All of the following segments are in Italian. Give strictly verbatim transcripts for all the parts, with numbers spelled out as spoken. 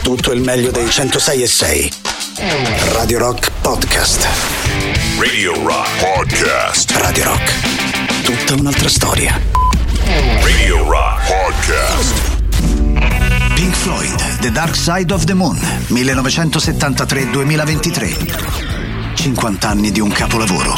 tutto il meglio dei centosei e sei. Radio Rock Podcast. Radio Rock Podcast. Radio Rock, tutta un'altra storia. Radio Rock Podcast. Pink Floyd, The Dark Side of the Moon, millenovecentosettantatré duemilaventitré. cinquanta anni di un capolavoro.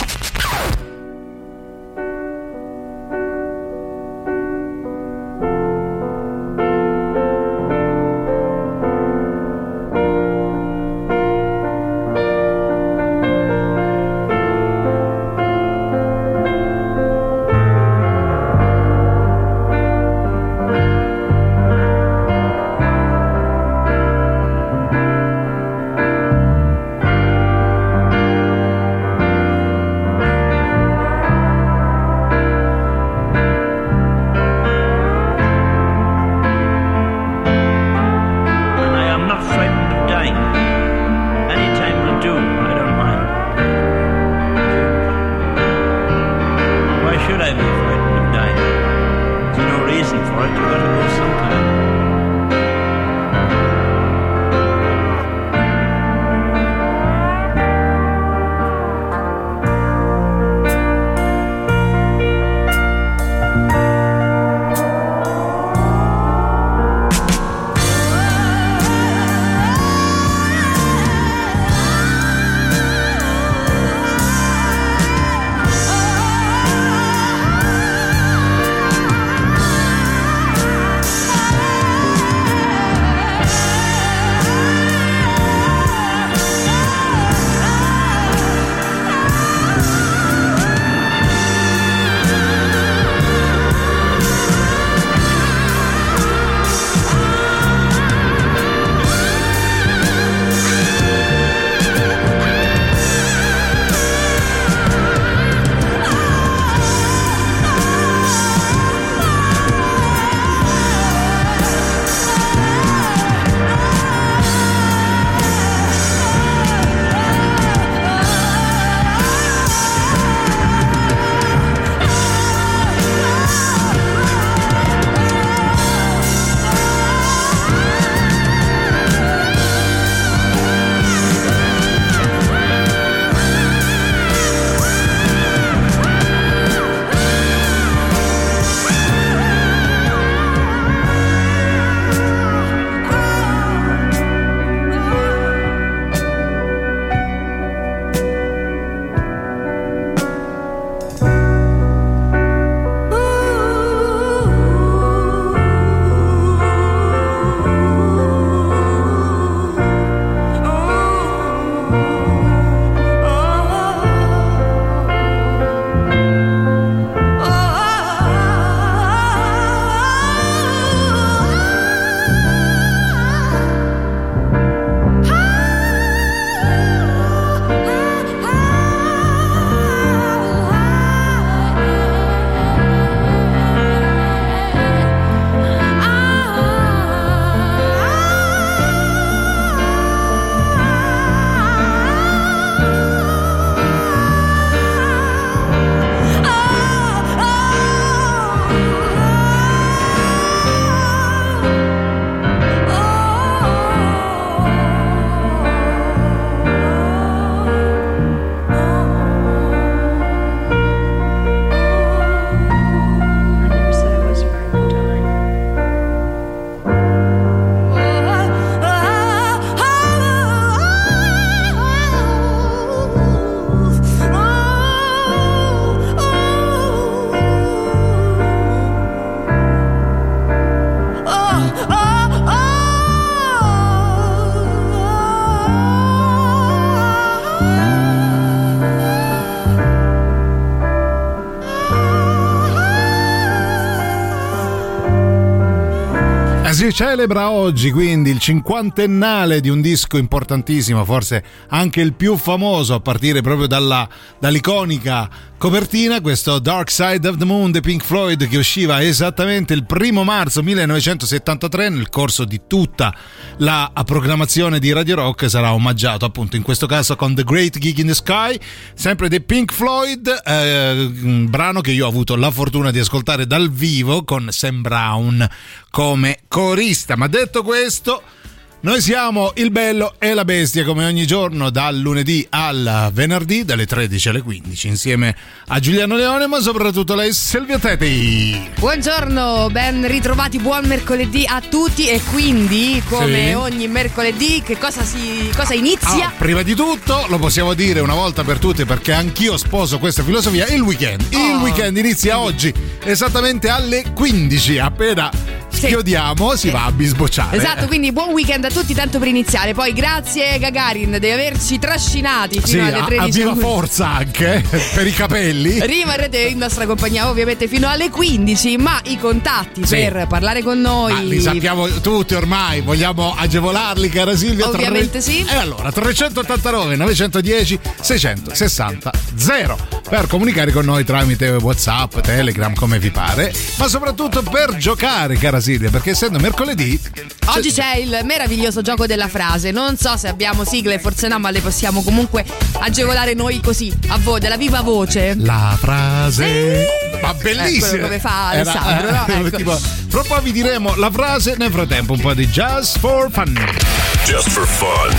Si celebra oggi quindi il cinquantennale di un disco importantissimo, forse anche il più famoso a partire proprio dalla, dall'iconica copertina, questo Dark Side of the Moon dei Pink Floyd, che usciva esattamente il primo marzo millenovecentosettantatré. Nel corso di tutta la programmazione di Radio Rock sarà omaggiato appunto in questo caso con The Great Gig in the Sky, sempre dei Pink Floyd, eh, un brano che io ho avuto la fortuna di ascoltare dal vivo con Sam Brown come corista. Ma detto questo, Noi siamo il Bello e la Bestia, come ogni giorno, dal lunedì al venerdì, dalle tredici alle quindici, insieme a Giuliano Leone, ma soprattutto lei, Silvia Teti. Buongiorno, ben ritrovati, buon mercoledì a tutti. E quindi, come Sì. ogni mercoledì, che cosa si cosa inizia? Ah, prima di tutto, lo possiamo dire una volta per tutte, perché anch'io sposo questa filosofia, il weekend. Il Oh. weekend inizia oggi, esattamente alle quindici, appena Sì. chiodiamo si va a bisbocciare. Esatto, quindi buon weekend a tutti, tanto per iniziare. Poi grazie Gagarin di averci trascinati Sì, fino alle a, a tredici. viva forza anche per i capelli. Rimarrete in nostra compagnia ovviamente fino alle quindici, ma i contatti Sì. per parlare con noi Ah, li sappiamo tutti ormai, vogliamo agevolarli, cara Silvia? Ovviamente sì. E allora, trecentottantanove novecentodieci seicentosessanta zero per comunicare con noi tramite WhatsApp, Telegram, come vi pare, ma soprattutto per giocare, cara Silvia, perché essendo mercoledì Oggi c'è il meraviglioso gioco della frase. Non so se abbiamo sigle, forse no, ma le possiamo comunque agevolare noi così, a voi, della viva voce. la frase, Sì. ma bellissima, Eccolo come fa Alessandro, Era, no? eh, Ecco. tipo, fra un po' vi diremo la frase, nel frattempo un po' di Just for Fun. Just for fun.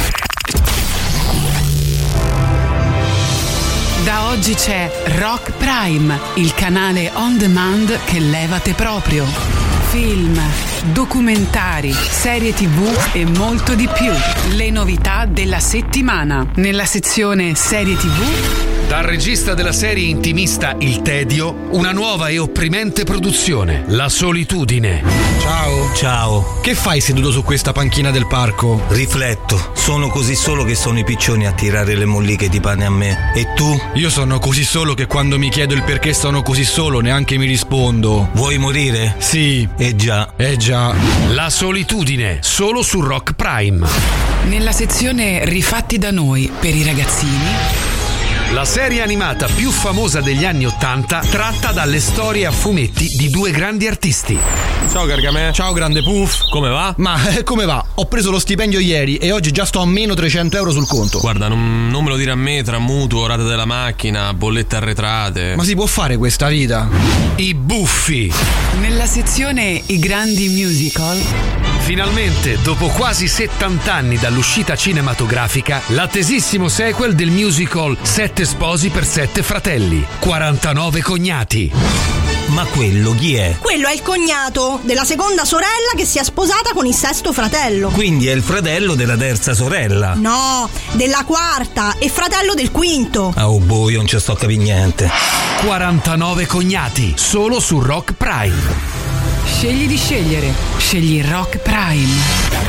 Da oggi c'è Rock Prime, il canale on demand che levate proprio. Film, documentari, serie tv e molto di più. Le novità della settimana. Nella sezione serie tv, Dal regista della serie intimista Il Tedio, una nuova e opprimente produzione, La Solitudine. Ciao. Ciao, Che fai seduto su questa panchina del parco? rifletto. Sono così solo che sono i piccioni a tirare le molliche di pane a me. E tu? Io sono così solo che quando mi chiedo il perché sono così solo neanche mi rispondo. Vuoi morire? Sì. Eh già. Eh già. La Solitudine, solo su Rock Prime. nella sezione Rifatti da noi per i ragazzini, La serie animata più famosa degli anni Ottanta, tratta dalle storie a fumetti di due grandi artisti. Ciao Gargamè. Ciao grande Puff. Come va? Ma eh, come va? Ho preso lo stipendio ieri e oggi già sto a meno trecento euro sul conto. Guarda, non, non me lo dire a me, tra mutuo, rate della macchina, bollette arretrate. Ma si può fare questa vita? I Buffi. nella sezione I grandi musical, Finalmente, dopo quasi settanta anni dall'uscita cinematografica, l'attesissimo sequel del musical Sette sposi per sette fratelli, quarantanove cognati. Ma quello chi è? Quello è il cognato della seconda sorella che si è sposata con il sesto fratello. Quindi è il fratello della terza sorella. No, della quarta e fratello del quinto. Ah, oh boh, io non ci sto a capire niente. quarantanove cognati, solo su Rock Prime. scegli di scegliere, scegli Rock Prime.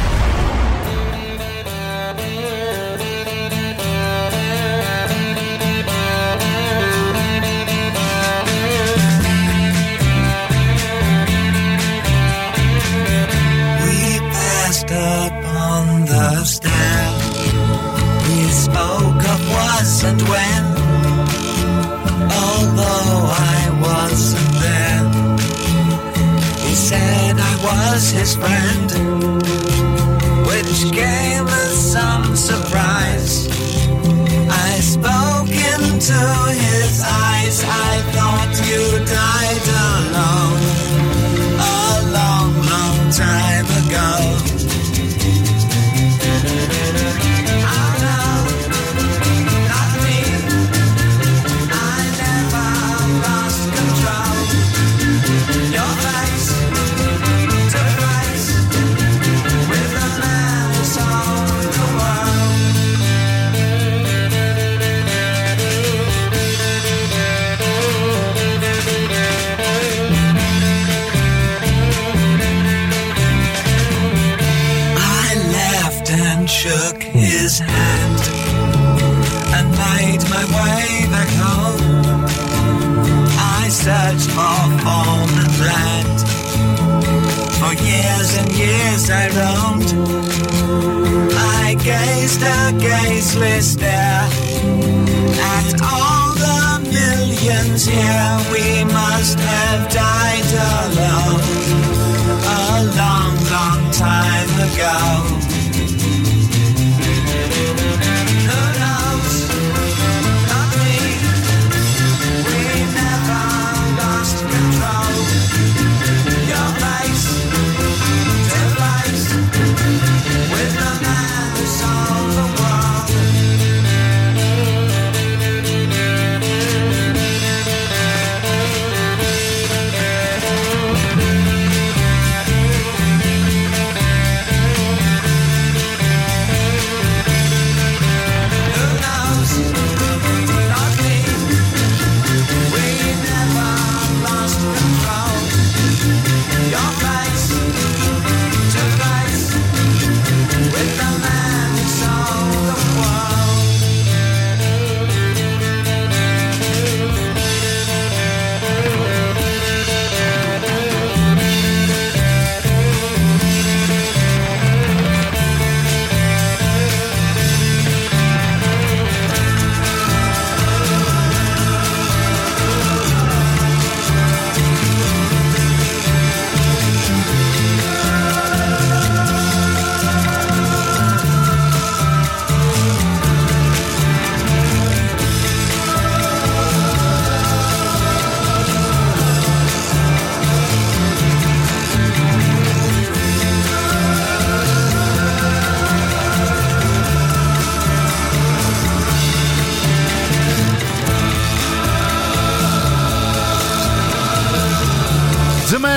We passed up on the stair. We spoke of was and when. Although I wasn't there, he said I was his friend, which came as some surprise. I spoke into his eyes. I thought you died alone a long, long time ago. Oh no, not me. I never lost control. Your face to face with the man who sold the world. I laughed and shook his hand and made my way back home. I searched for form and land. For years and years I roamed. I gazed a gazeless stare at all the millions here. We must have died alone a long, long time ago. Who knows? Not me. We never lost control. Your face to face with the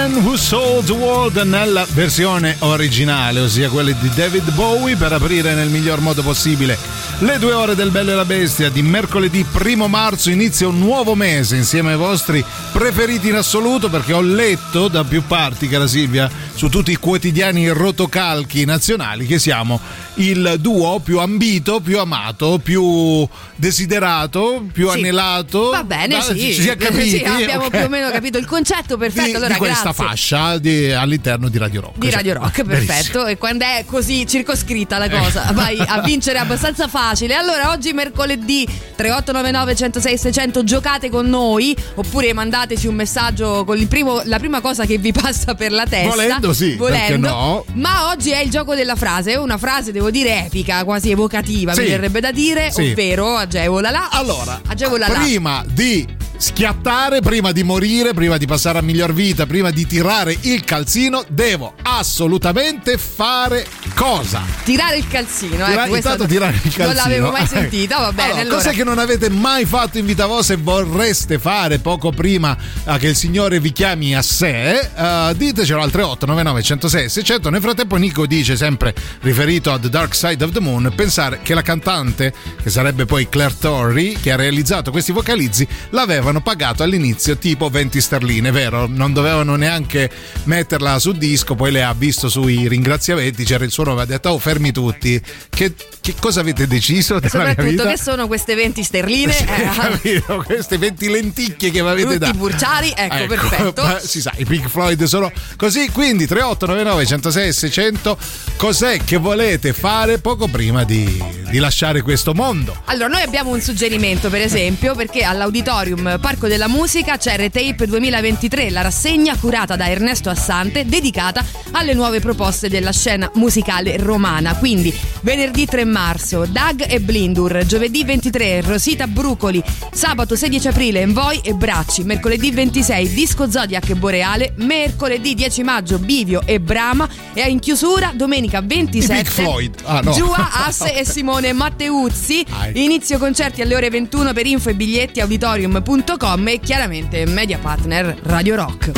Man Who Sold the World nella versione originale, ossia quella di David Bowie, per aprire nel miglior modo possibile le due ore del Bello e la Bestia di mercoledì primo marzo. Inizia un nuovo mese insieme ai vostri preferiti in assoluto, perché ho letto da più parti, cara Silvia, su tutti i quotidiani rotocalchi nazionali, che siamo il duo più ambito, più amato, più desiderato, più sì. anelato. Va bene, Ma, sì. Ci si è capiti? Sì, abbiamo Okay. più o meno capito il concetto, perfetto. Di, allora, di questa grazie. fascia di, all'interno di Radio Rock. Di Radio Rock, perfetto. Benissimo. E quando è così circoscritta la cosa, vai a vincere abbastanza facile. Allora, oggi mercoledì tre otto nove nove uno zero sei sei zero zero, giocate con noi, oppure mandateci un messaggio con il primo, la prima cosa che vi passa per la testa. Volendo, sì, Volendo. perché no? Ma oggi è il gioco della frase, è una frase, devo dire, epica, quasi evocativa, sì. mi verrebbe da dire, sì. ovvero agevolala. Allora, agevolala. Prima di schiattare, prima di morire, prima di passare a miglior vita, prima di tirare il calzino, devo assolutamente fare cosa? Tirare il calzino. Tira- ecco, intanto tirare il calzino. Non l'avevo mai sentita, va bene. Allora, Allora. Cos'è che non avete mai fatto in vita vostra e vorreste fare poco prima uh, che il Signore vi chiami a sé? Uh, ditecelo al tre otto nove nove uno zero sei sei zero zero. Nel frattempo Nico dice, sempre riferito a The Dark Side of the Moon, pensare che la cantante, che sarebbe poi Claire Torrey, che ha realizzato questi vocalizzi, l'avevano pagato all'inizio tipo venti sterline, vero? Non dovevano neanche metterla su disco, poi lei ha visto sui ringraziamenti, c'era il suo nome, ha detto: oh, fermi tutti, che, che cosa avete deciso della mia Soprattutto vita? che sono queste venti sterline, Sì, eh, capito? Queste venti lenticchie che mi avete tutti dato, burciali, ecco, ecco, perfetto. ma si sa, i Pink Floyd sono così. Quindi tre otto nove nove uno zero sei sei zero zero, cos'è che volete fare poco prima di, di lasciare questo mondo? Allora, noi abbiamo un suggerimento, per esempio, perché all'Auditorium Parco della Musica c'è R-Tape duemilaventitré, la rassegna curata da Ernesto Assante, dedicata alle nuove proposte della scena musicale romana. Quindi venerdì tre marzo Doug e Blindur, giovedì ventitré Rosita Brucoli, sabato sedici aprile Envoy e Bracci, mercoledì ventisei Disco Zodiac e Boreale, mercoledì dieci maggio Bivio e Brama, e in chiusura domenica ventisette I Pink Floyd. Ah, no. Giua, Asse e Simone Matteuzzi. Inizio concerti alle ore ventuno. Per info e biglietti auditorium punto com e chiaramente media partner Radio Rock.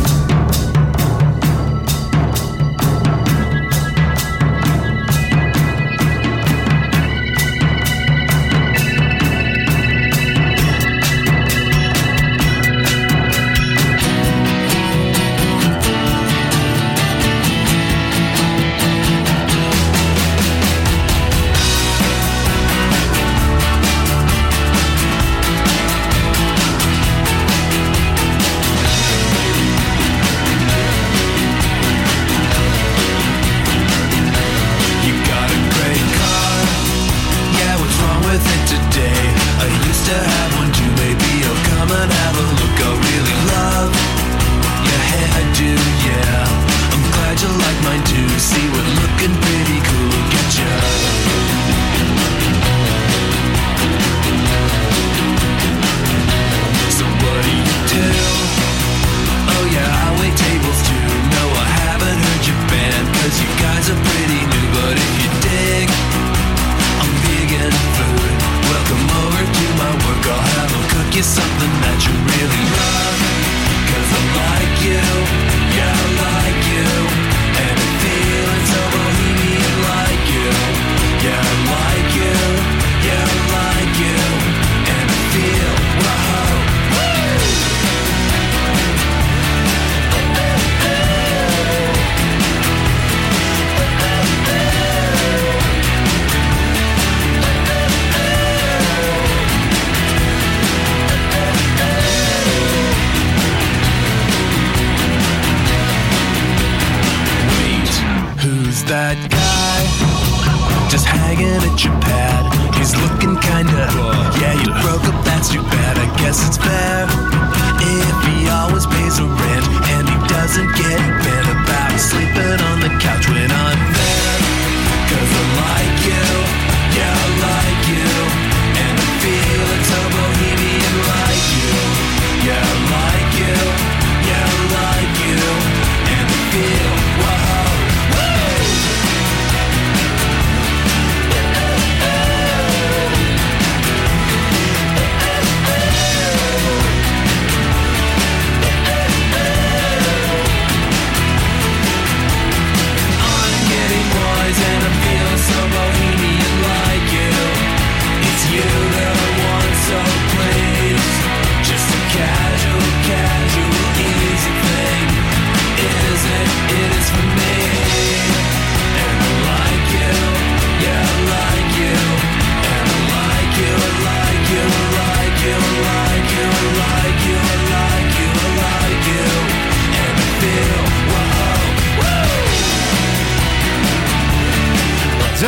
That guy just hanging at your pad. He's looking kinda, yeah, you broke up, that's too bad. I guess it's fair if he always pays the rent and he doesn't get bent about sleeping on the couch when I'm there. Cause I like you, yeah, I like you, and I feel it's so bohemian like you. Yeah, I like you, yeah, I like you, and I feel, whoa.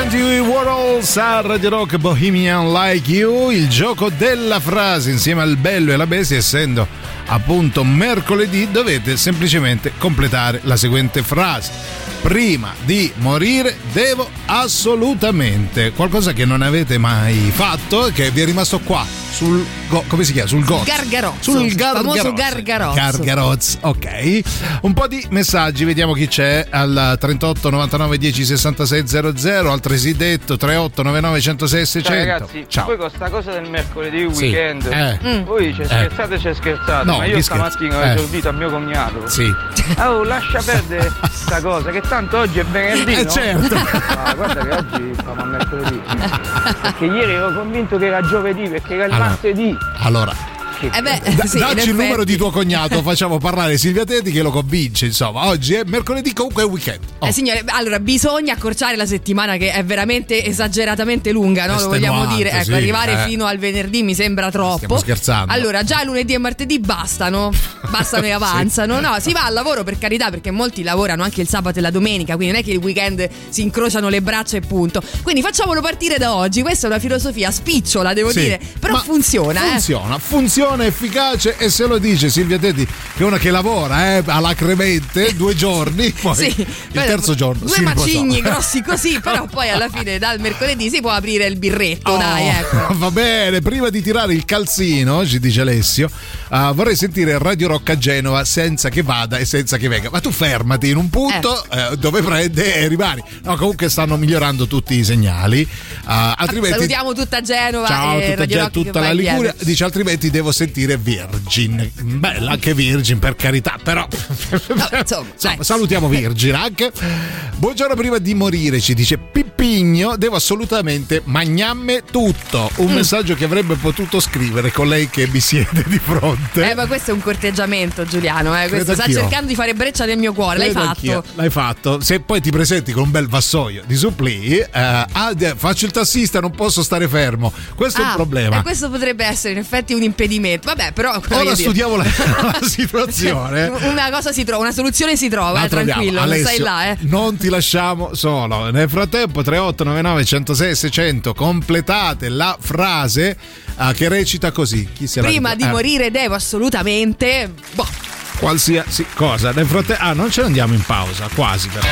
Andy Warhols a Radio Rock, Bohemian Like You, il gioco della frase insieme al Bello e la Bestia. Essendo appunto mercoledì, dovete semplicemente completare la seguente frase: prima di morire devo assolutamente, qualcosa che non avete mai fatto e che vi è rimasto qua sul go, come si chiama? Sul gozzo. Gargarozzo. Sul gargarozzo. famoso gargarozzo. Gargarozzo, ok. Un po' di messaggi, vediamo chi c'è al trentotto novantanove dieci sessantasei zero zero, altresì detto trentotto novantanove centosei seicento. Ciao ragazzi, ciao. poi con sta cosa del mercoledì Sì. weekend, Eh. mm. voi c'è Eh. scherzate, c'è scherzate, No, ma io chi stamattina scherza? ho Eh. esordito a mio cognato. Sì. Oh, lascia perdere sta cosa, che tanto oggi è venerdì, Eh, no? certo. Ma guarda che oggi siamo a mercoledì. Perché ieri ero convinto che era giovedì, perché era il Allora. martedì. Allora, Eh beh, Da- sì, dacci in il numero effetti. di tuo cognato, facciamo parlare Silvia Teti che lo convince. Insomma, oggi è mercoledì, comunque è weekend. Oh. Eh, signore, allora bisogna accorciare la settimana, che è veramente esageratamente lunga, no? Lo vogliamo Estenuante, dire. Ecco, sì, arrivare eh. fino al venerdì mi sembra troppo. Stiamo scherzando. Allora, già lunedì e martedì bastano. Bastano e avanzano. No, si va al lavoro, per carità, perché molti lavorano anche il sabato e la domenica, quindi non è che il weekend si incrociano le braccia e punto. Quindi facciamolo partire da oggi. Questa è una filosofia spicciola, devo Sì, dire, però ma funziona, eh. Funziona, funziona, efficace, e se lo dice Silvia Teti, che è una che lavora eh, alacremente due giorni, poi Sì, il poi terzo giorno due si riposò. macigni grossi così, però poi alla fine dal mercoledì si può aprire il birretto, Oh, dai, ecco. va bene, prima di tirare il calzino, ci dice Alessio, uh, vorrei sentire Radio Rock a Genova senza che vada e senza che venga. Ma tu fermati in un punto eh. dove prende e rimani. No, comunque stanno migliorando tutti i segnali. Uh, altrimenti... Salutiamo tutta Genova Ciao, e tutta, Radio Gen- Rock che tutta va la Liguria. dietro. Dice altrimenti devo sentire Virgin. Bella anche Virgin, per carità, però Vabbè, insomma, Insomma, salutiamo Virgin anche. Buongiorno, prima di morire ci dice Pippigno, devo assolutamente magnamme tutto. Un Mm. messaggio che avrebbe potuto scrivere con lei che mi siede di fronte. Eh, ma questo è un corteggiamento, Giuliano. Eh. Questo Credo sta anch'io. cercando di fare breccia nel mio cuore. L'hai Credo fatto. anch'io. L'hai fatto. Se poi ti presenti con un bel vassoio di supplì, eh, ah, de- faccio il tassista, non posso stare fermo. Questo è Ah, un problema. E questo potrebbe essere in effetti un impedimento. Vabbè, però. voglio Ora dire. studiamo la, la situazione. Una cosa si trova, una soluzione si trova, La eh, troviamo. tranquillo, non Alessio, stai là, eh. non ti lasciamo solo. Nel frattempo trentotto novantanove centosei seicento, completate la frase ah, che recita così. Chi se la Prima ricorda? di Eh, morire devo assolutamente. Boh. qualsiasi cosa. Nel frattempo ah, non ce ne andiamo in pausa, quasi però.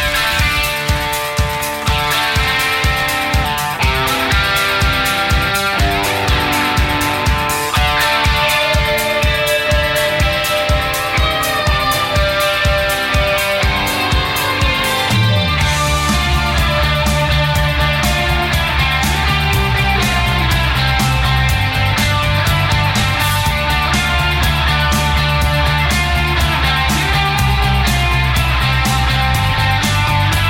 Thank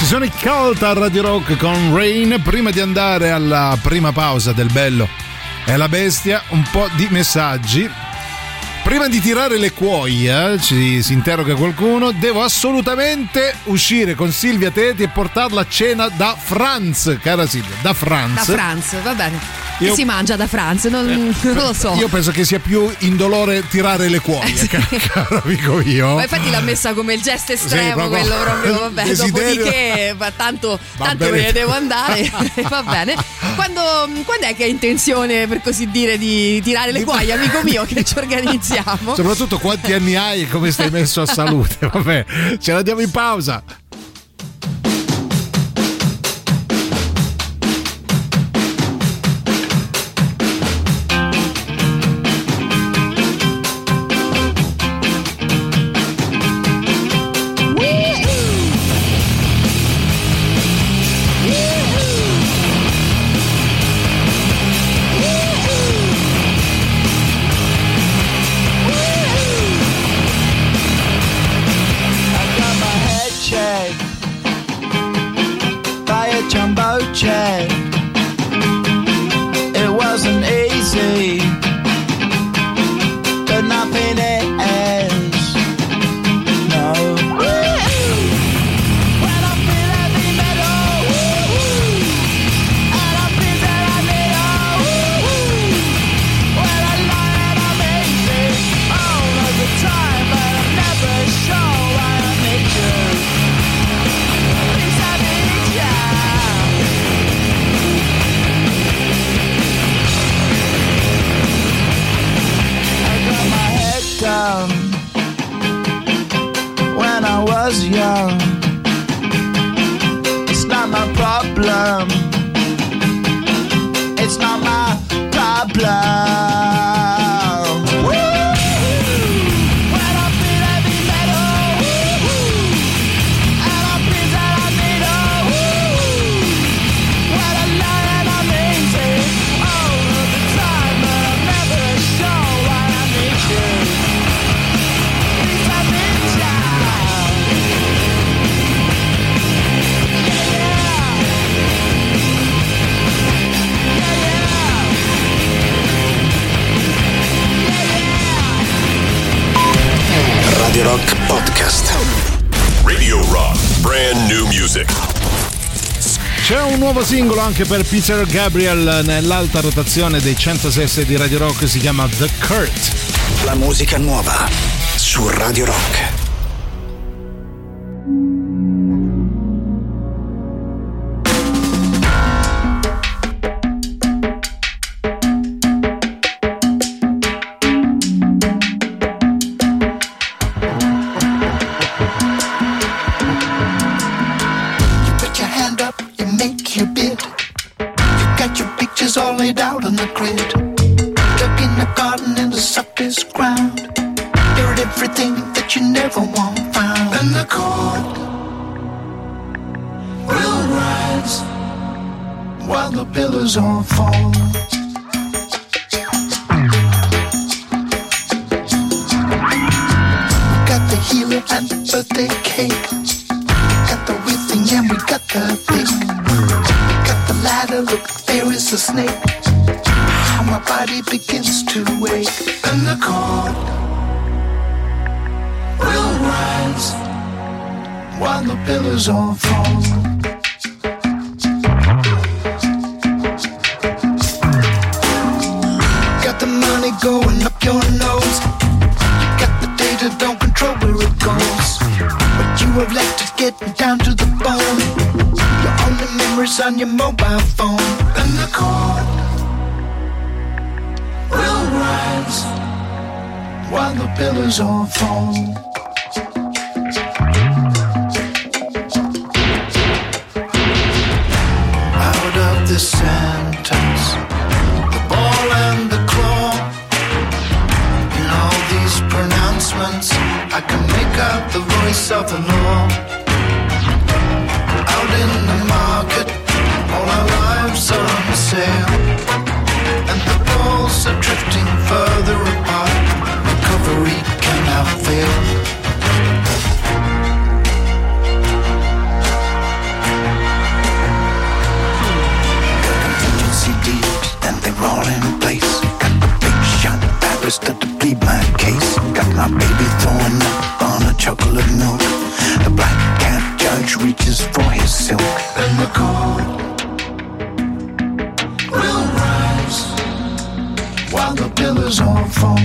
Ci sono i Cult a Radio Rock con Rain. Prima di andare alla prima pausa del Bello e la Bestia, un po' di messaggi. Prima di tirare le cuoia, ci si interroga qualcuno, devo assolutamente uscire con Silvia Teti e portarla a cena da Franz, cara Silvia, da Franz. Da Franz, va bene. Che Io, si mangia da Franz? Non, eh, non lo so. Io penso che sia più indolore tirare le cuoia, eh, sì. caro amico mio. Ma infatti l'ha messa come il gesto estremo, sì, proprio, quello proprio, vabbè, desiderio. Dopodiché, ma tanto, Va tanto bene. me ne devo andare, va bene. Quando, quando è che hai intenzione, per così dire, di tirare le cuoia, amico mio, che ci organizziamo? Soprattutto quanti anni hai e come stai messo a salute. Vabbè, ce la diamo in pausa. Jumbo jet. It wasn't easy, but nothing is. No. When I feel heavy metal, and I feel that I need a when I lie and I'm easy all of the time, but I'm never sure why I need you. Please I need you. Down when I was young. It's not my problem. It's not my problem. When I feel heavy metal, and I feel that I need a when I lie and I'm easy all of the time, but I'm never sure why I need you. Radio Rock Podcast. Radio Rock, brand new music. C'è un nuovo singolo anche per Peter Gabriel nell'alta rotazione dei centosei di Radio Rock, si chiama The Kurt. La musica nuova su Radio Rock. On falls. We got the healer and the birthday cake. We got the whipping and we got the pick. We got the ladder, look, there is a snake. How my body begins to wake. And the chord will rise while the pillars all fall. Going up your nose. You got the data, don't control where it goes. But you have left to get down to the bone. Your only memories on your mobile phone. And the chord will rise while the pillars all fall. Out of this sentence, the ball and the claw. Pronouncements, I can make out the voice of the law. Out in the market, all our lives are on sale, and the balls are drifting further apart. Recovery cannot fail. throwing up on a chocolate milk. The black cat judge reaches for his silk, and the court will rise while the pillars all fall.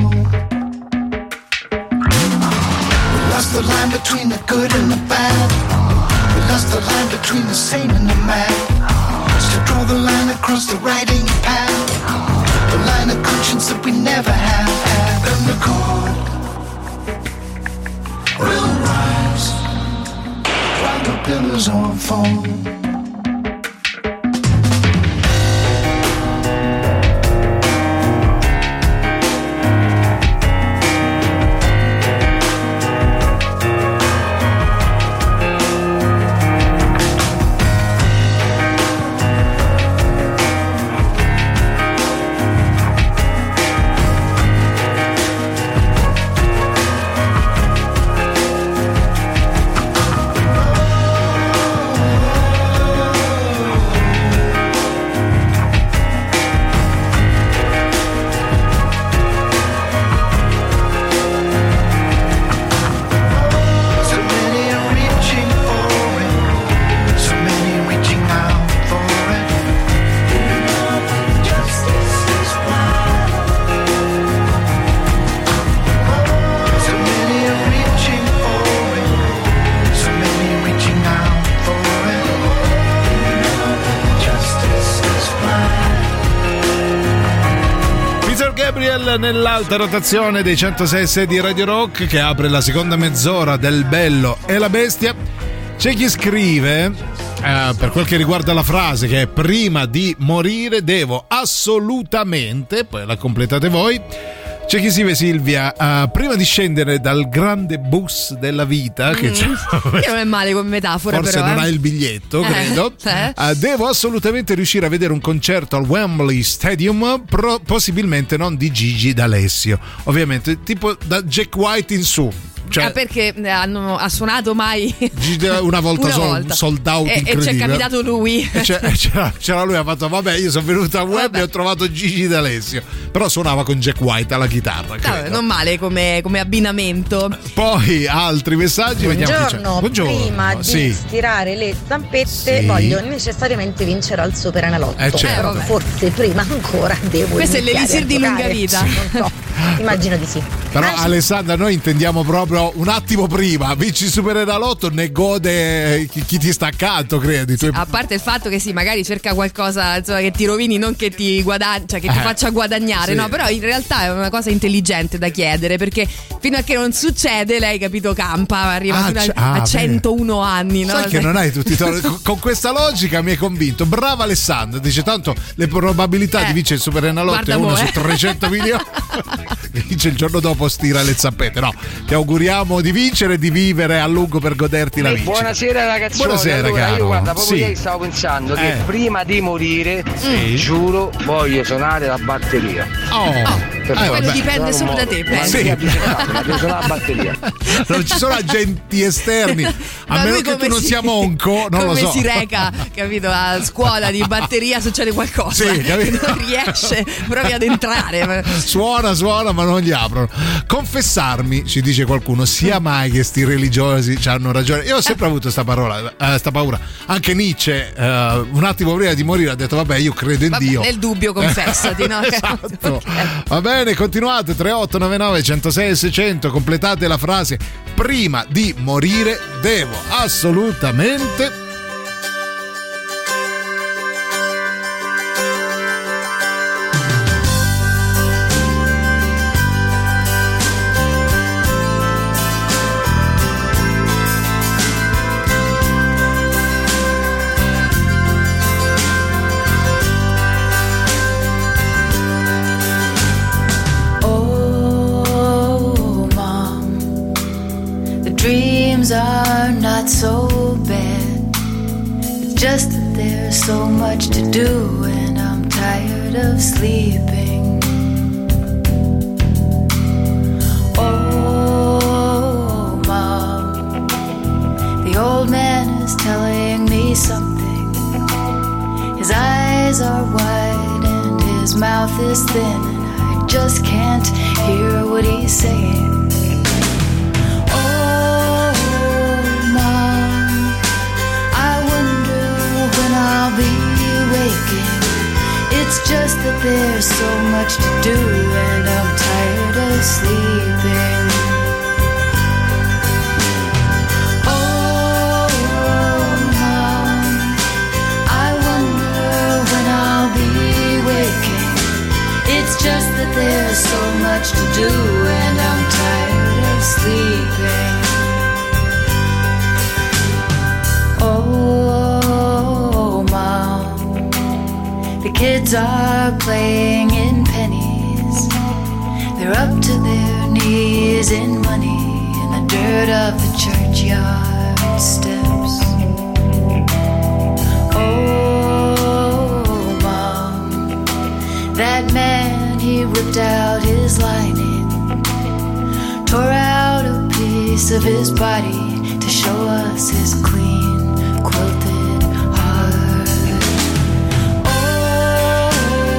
We lost the line between the good and the bad. We lost the line between the sane and the mad. To draw the line across the writing pad, the line of conscience that we never have had. And the court will rise while the pillars all fall. Nell'alta rotazione dei centosei e sei di Radio Rock, che apre la seconda mezz'ora del Bello e la Bestia. C'è chi scrive, eh, per quel che riguarda la frase, che è prima di morire devo assolutamente, poi la completate voi. C'è chi scrive, Silvia, uh, prima di scendere dal grande bus della vita, che, mm. che non è male come metafora, forse però, non eh. hai il biglietto, credo, eh. uh, devo assolutamente riuscire a vedere un concerto al Wembley Stadium, pro- possibilmente non di Gigi D'Alessio, ovviamente tipo da Jack White in su. Cioè, ah, perché hanno, ha suonato mai una volta, una sol, volta. sold out, e, e ci è capitato lui, e c'era, c'era lui, ha fatto vabbè, io sono venuto a web vabbè. E ho trovato Gigi D'Alessio, però suonava con Jack White alla chitarra. Vabbè, non male come, come abbinamento. Poi altri messaggi. Buongiorno, Buongiorno. prima di sì. stirare le zampette sì. voglio necessariamente vincere al Super Enalotto, eh, certo. eh, forse prima ancora devo questo è l'elisir di lunga vita, non so, immagino di sì. Però ah, Alessandra, noi intendiamo proprio un attimo prima, vinci il Super Enalotto, ne gode chi, chi ti sta accanto, credi? Sì, a parte il fatto che sì, magari cerca qualcosa, insomma, che ti rovini, non che ti guadagni, cioè che ti eh, faccia guadagnare, sì. No, però in realtà è una cosa intelligente da chiedere, perché fino a che non succede, lei, capito, campa, arriva ah, fino c- a, ah, a centouno anni, no? Sai che non hai tutti i torni. Con questa logica mi hai convinto. Brava Alessandra, dice tanto le probabilità eh, di vincere il Super Enalotto è una su trecento milioni. Vince il giorno dopo, stira le zappette. No, ti auguriamo di vincere e di vivere a lungo per goderti la vincita. Buonasera ragazzi. Buonasera, allora, caro. Io guarda, proprio sì. ieri stavo pensando che eh. prima di morire, sì. giuro, voglio suonare la batteria. Oh, oh. Eh, quello dipende solo da te, penso. Sì. Ma devo suonare la batteria. Non ci sono agenti esterni, a ma meno che tu non si, sia monco, non come lo so. si reca, capito, a scuola di batteria succede qualcosa, sì, che non riesce proprio ad entrare. Suona, suona, ma non gli aprono. Confessarmi, ci dice qualcuno, sia mai che sti religiosi hanno ragione. Io ho sempre avuto sta parola, eh, sta paura. Anche Nietzsche, eh, un attimo prima di morire, ha detto vabbè, io credo in vabbè, Dio. Nel dubbio confessati, no? Esatto. Okay. Va bene, continuate. Tre otto nove nove uno zero sei seicento, completate la frase prima di morire devo assolutamente. Are not so bad. It's just that there's so much to do and I'm tired of sleeping. Oh, Mom, the old man is telling me something. His eyes are wide and his mouth is thin and I just can't hear what he's saying. kids are playing in pennies. They're up to their knees in money in the dirt of the churchyard steps. Oh, Mom, that man, he ripped out his lining, tore out a piece of his body to show us his clean quilted heart. Oh,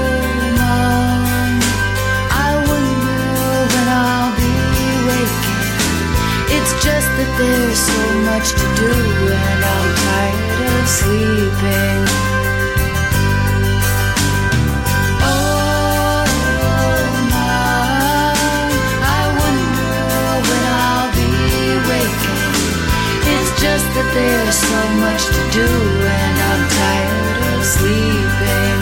Mom, I wonder when I'll be waking. It's just that there's so much to do and I'm tired of sleeping. Oh, Mom, I wonder when I'll be waking. It's just that there's so much to do and I'm tired of sleeping.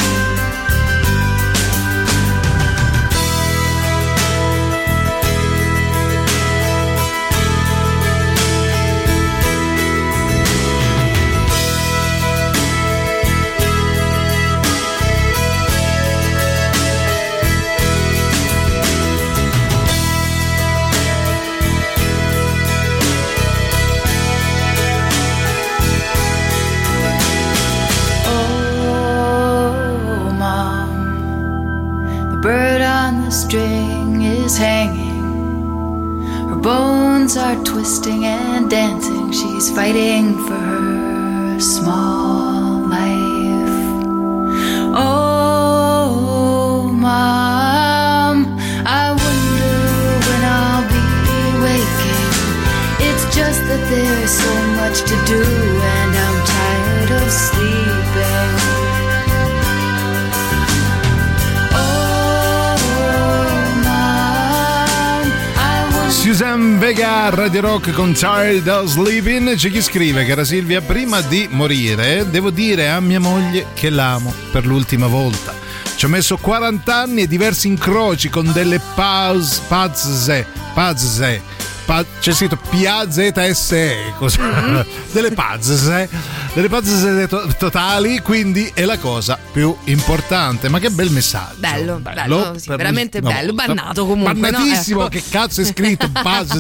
Bird on the string is hanging. Her bones are twisting and dancing. She's fighting for her small life. Oh, Mom, I wonder when I'll be waking. It's just that there's so much to do and I'm tired of sleeping. Suzanne Vega, Radio Rock con Tired of Sleeping. C'è chi scrive: cara Silvia, prima di morire devo dire a mia moglie che l'amo per l'ultima volta. Ci ho messo quaranta anni e diversi incroci con delle pause, pazze, pazze, pa, c'è scritto P A Z S E, così, mm-hmm. delle pazze, delle pazze to- totali, quindi è la cosa più importante. Ma che bel messaggio. Bello, bello, bello sì, veramente no, bello, bannato comunque. Bannatissimo, no? Ecco. Che cazzo è scritto?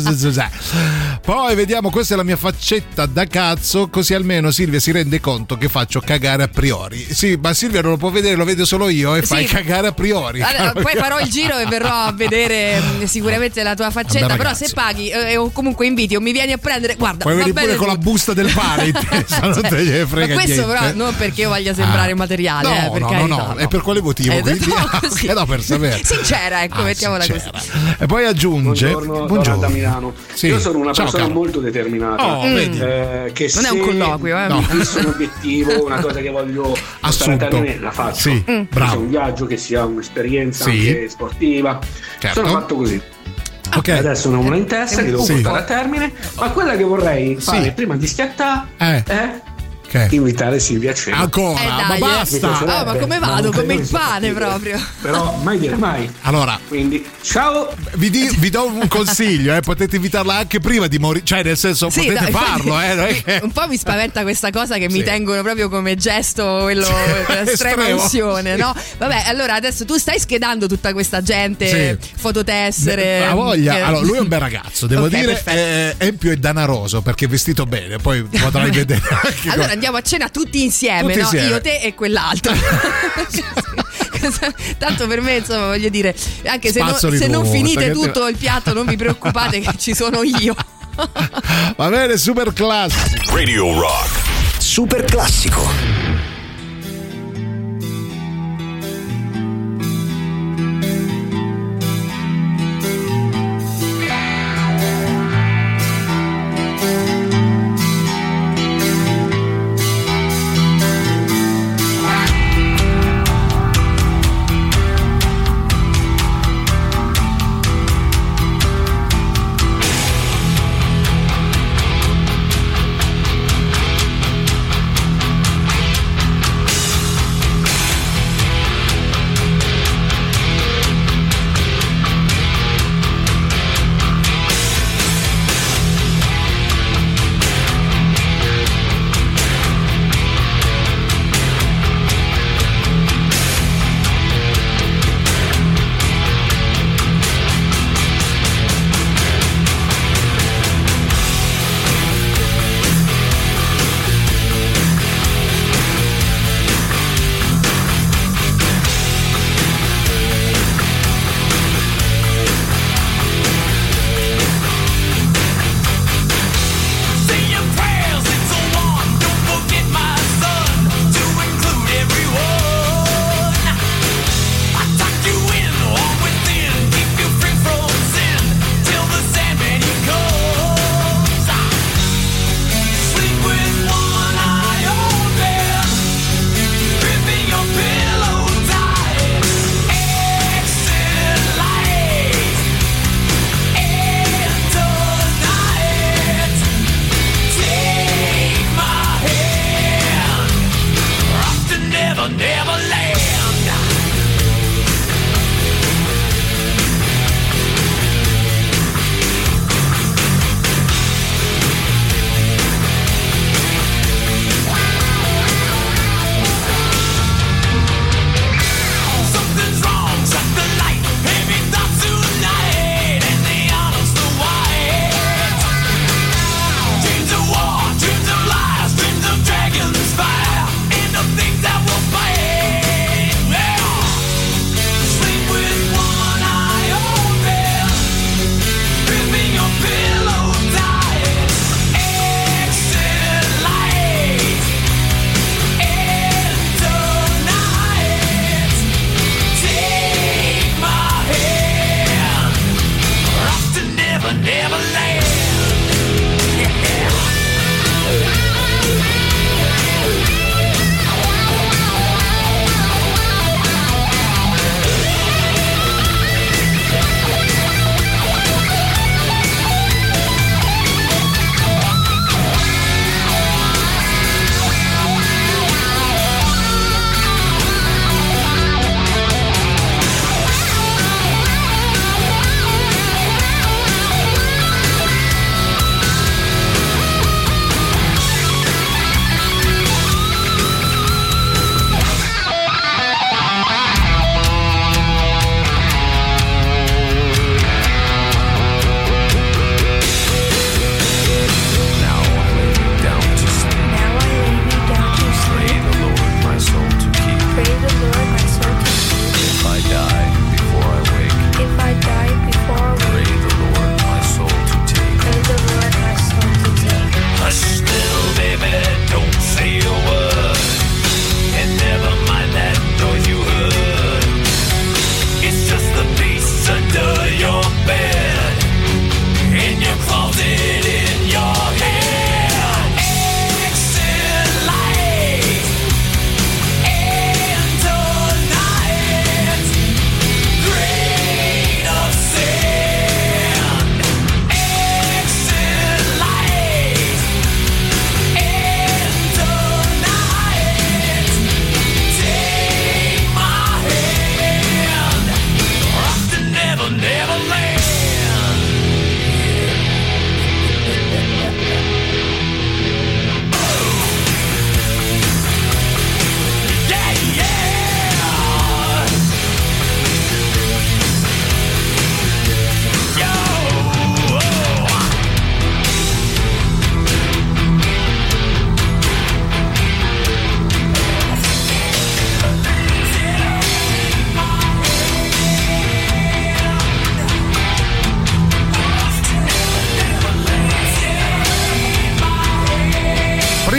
Poi vediamo, questa è la mia faccetta da cazzo, così almeno Silvia si rende conto che faccio cagare a priori. Sì, ma Silvia non lo può vedere, lo vedo solo io e sì. Fai cagare a priori. Allora, poi farò il giro e verrò a vedere sicuramente la tua faccetta, però se paghi eh, o comunque inviti o mi vieni a prendere, guarda, puoi venire pure tutto. Con la busta del pane in testa, non te ne frega ma questo niente. Però non perché io voglia sembrare ah. materiale, no, eh, per no, carità, no, no, no, e per quale motivo? Eh, quindi, no, così. no, per sapere. Sincera, ecco, ah, mettiamola sincera. Così. E poi aggiunge: buongiorno, buongiorno. da Milano. Sì. Io sono una Ciao, persona caro. molto determinata. Oh, mm. vedi. Eh, che non se è un colloquio, eh. mi fisso un obiettivo, una cosa che voglio portare a termine, la faccio. Sì, mm. bravo. Sia un viaggio, che sia un'esperienza sì. anche sportiva. Certo. Sono fatto così. Okay. Adesso ne ho una in testa che devo sì. portare a termine, ma quella che vorrei fare sì. prima di schiattare eh. è che? invitare Silvia a cena. Ancora, eh, ma basta. Oh, ma come vado? Come il pane proprio. Però mai dire mai. Allora, quindi ciao. Vi, di, vi do un consiglio, eh, potete invitarla anche prima di morire, cioè nel senso sì, potete dai, farlo, eh, non è che... Un po' mi spaventa questa cosa che sì. mi tengono proprio come gesto quello sì, estrema emozione, sì. no? Vabbè, allora adesso tu stai schedando tutta questa gente, sì. fototessere. La voglia. Che... Allora, lui è un bel ragazzo, devo okay, dire, eh, Empio è danaroso perché è vestito bene, poi potrai vedere anche allora qua. Andiamo a cena tutti insieme, tutti no? insieme. Io, te e quell'altro. Tanto per me, insomma, voglio dire, anche se, no, se non finite tutto te... il piatto, non vi preoccupate che ci sono io. Va bene, super classico. Radio Rock. Super classico.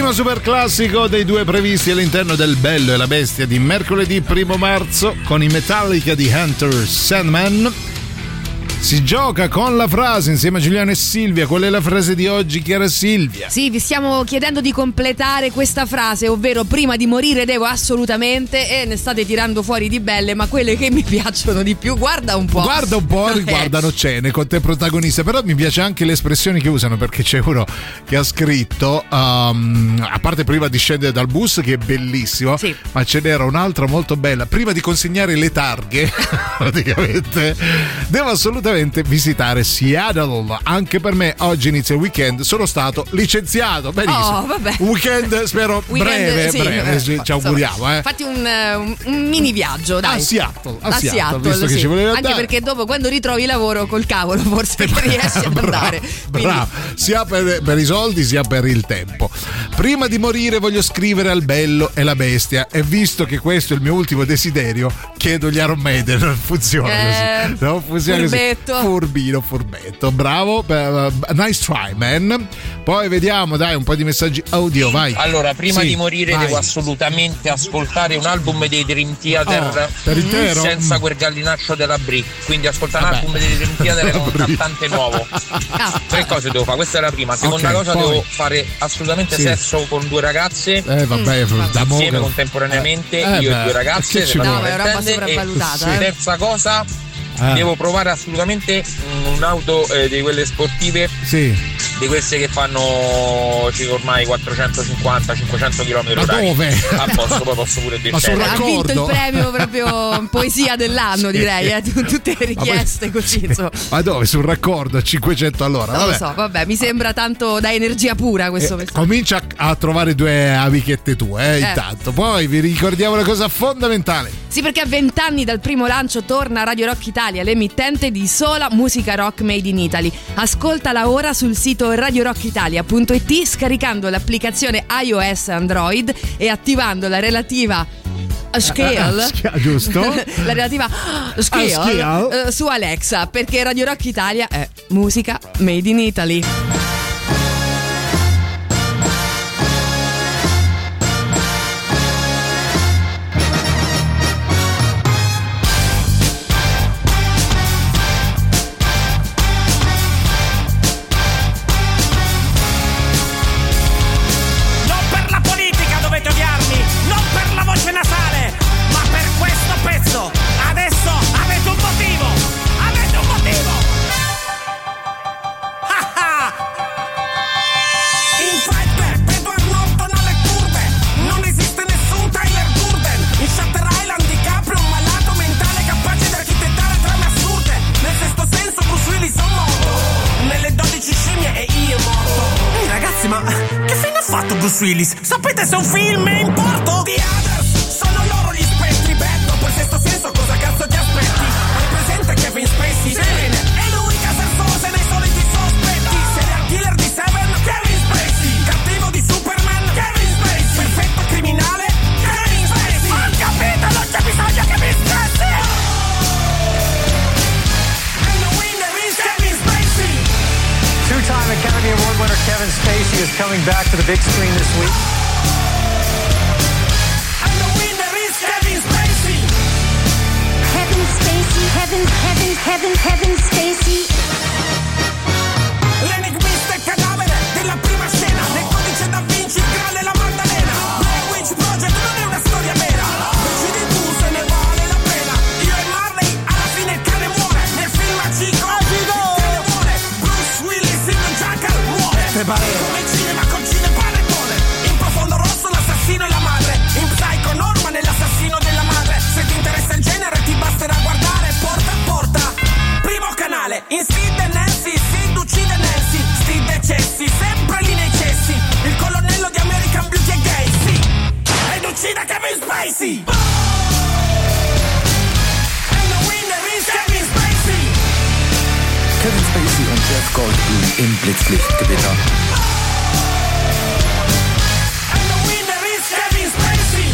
Primo super classico dei due previsti all'interno del Bello e la Bestia di mercoledì primo marzo con i Metallica di Enter Sandman. Si gioca con la frase insieme a Giuliano e Silvia. Qual è la frase di oggi, Chiara Silvia? Sì, vi stiamo chiedendo di completare questa frase, ovvero prima di morire devo assolutamente, e ne state tirando fuori di belle, ma quelle che mi piacciono di più, guarda un po'. Guarda un po', riguardano cene con te protagonista, però mi piace anche le espressioni che usano, perché c'è uno che ha scritto, um, a parte prima di scendere dal bus, che è bellissimo, sì, ma ce n'era un'altra molto bella, prima di consegnare le targhe, praticamente, devo assolutamente visitare Seattle. Anche per me oggi inizia il weekend, sono stato licenziato. Benissimo. Oh, vabbè. Un weekend spero weekend, breve, sì, breve, eh, ci, ci auguriamo. Eh. Fatti un, un, un mini viaggio, dai. A Seattle, a, a Seattle, Seattle, visto sì, che ci voleva anche andare. Perché dopo, quando ritrovi lavoro, col cavolo forse riesci ad andare. Quindi... Bravo, sia per, per i soldi sia per il tempo. Prima di morire voglio scrivere al Bello e la Bestia, e visto che questo è il mio ultimo desiderio, chiedo gli Iron Maiden. Non funziona eh, così. Non funziona furbetto. Così. Furbino, furbetto. Bravo, uh, nice try, man. Poi vediamo, dai, un po' di messaggi audio, vai. Allora, prima sì, di morire vai. devo assolutamente ascoltare un album dei Dream Theater, oh, per intero? senza quel gallinaccio della Brie. Quindi ascoltare un album dei Dream Theater con un cantante nuovo. Tre cose devo fare, questa è la prima. Seconda okay, cosa, poi. devo fare assolutamente sì. sesso con due ragazze, eh, vabbè, mm, insieme mo- contemporaneamente, eh, io beh, e due ragazze. No, è roba sopravvalutata. E eh. terza cosa, Ah. devo provare assolutamente un'auto eh, di quelle sportive, sì, di queste che fanno ormai quattrocentocinquanta cinquecento chilometri ma orari. dove? A posto, poi posso pure dire. Ha vinto il premio proprio poesia dell'anno, sì, direi, eh? Tutte le richieste così, insomma. Ma dove? Sul raccordo a cinquecento all'ora? Non vabbè. lo so, vabbè, mi sembra tanto da energia pura questo eh, messaggio. Comincia a trovare due amichette tue, eh, eh. intanto. Poi vi ricordiamo una cosa fondamentale. Sì, perché a vent'anni dal primo lancio torna Radio Rock Italia, l'emittente di sola musica rock made in Italy. Ascoltala ora sul sito radio rock italia punto it, scaricando l'applicazione iOS Android e attivando la relativa scale, uh, giusto? la relativa scale, scale. Uh, su Alexa, perché Radio Rock Italia è musica made in Italy. Adesso avete un motivo! Avete un motivo! fatto Bruce Willis? Sapete se un film è in porto? The Others, sono loro gli spettri. Beh, dopo il sesto senso cosa cazzo ti aspetti? Hai presente Kevin Spacey? Sì. Bene, è lui Casalfose nei soliti sospetti. Serial killer di Seven? Kevin Spacey. Cattivo di Superman? Kevin Spacey. Perfetto criminale? Kevin Spacey. Ho capito, non c'è bisogno che mi stressi. And the winner is Kevin Spacey. Two-time Academy Award winner Kevin Spacey is coming back to the big screen this week. And the winner is Kevin Spacey. Kevin Spacey, Kevin, Kevin, Kevin, Kevin Spacey. L'enigmista e cadavere della prima scena. Nel codice da Vinci, il Graal e la Maddalena. Blair Witch Project non è una storia vera. Decidi tu se ne vale la pena. Io e Marley, alla fine il cane muore. Nel film a Chico, il cane muore. Bruce Willis in The Jackal muore. Come cinema con cinepanettone. In Profondo Rosso l'assassino e la madre. In Psycho Norman è l'assassino della madre. Se ti interessa il genere ti basterà guardare Porta a Porta. Primo canale. In Sid e Nancy, Sid uccide Nancy. Sid decessi, sempre lì nei cessi. Il colonnello di American Beauty è gay, sì. Ed uccide Kevin Spacey. And the winner is Kevin Spacey. Kevin Spacey und Jeff Goldblum im Blitzlichtgewitter. And the winner is Kevin Spacey.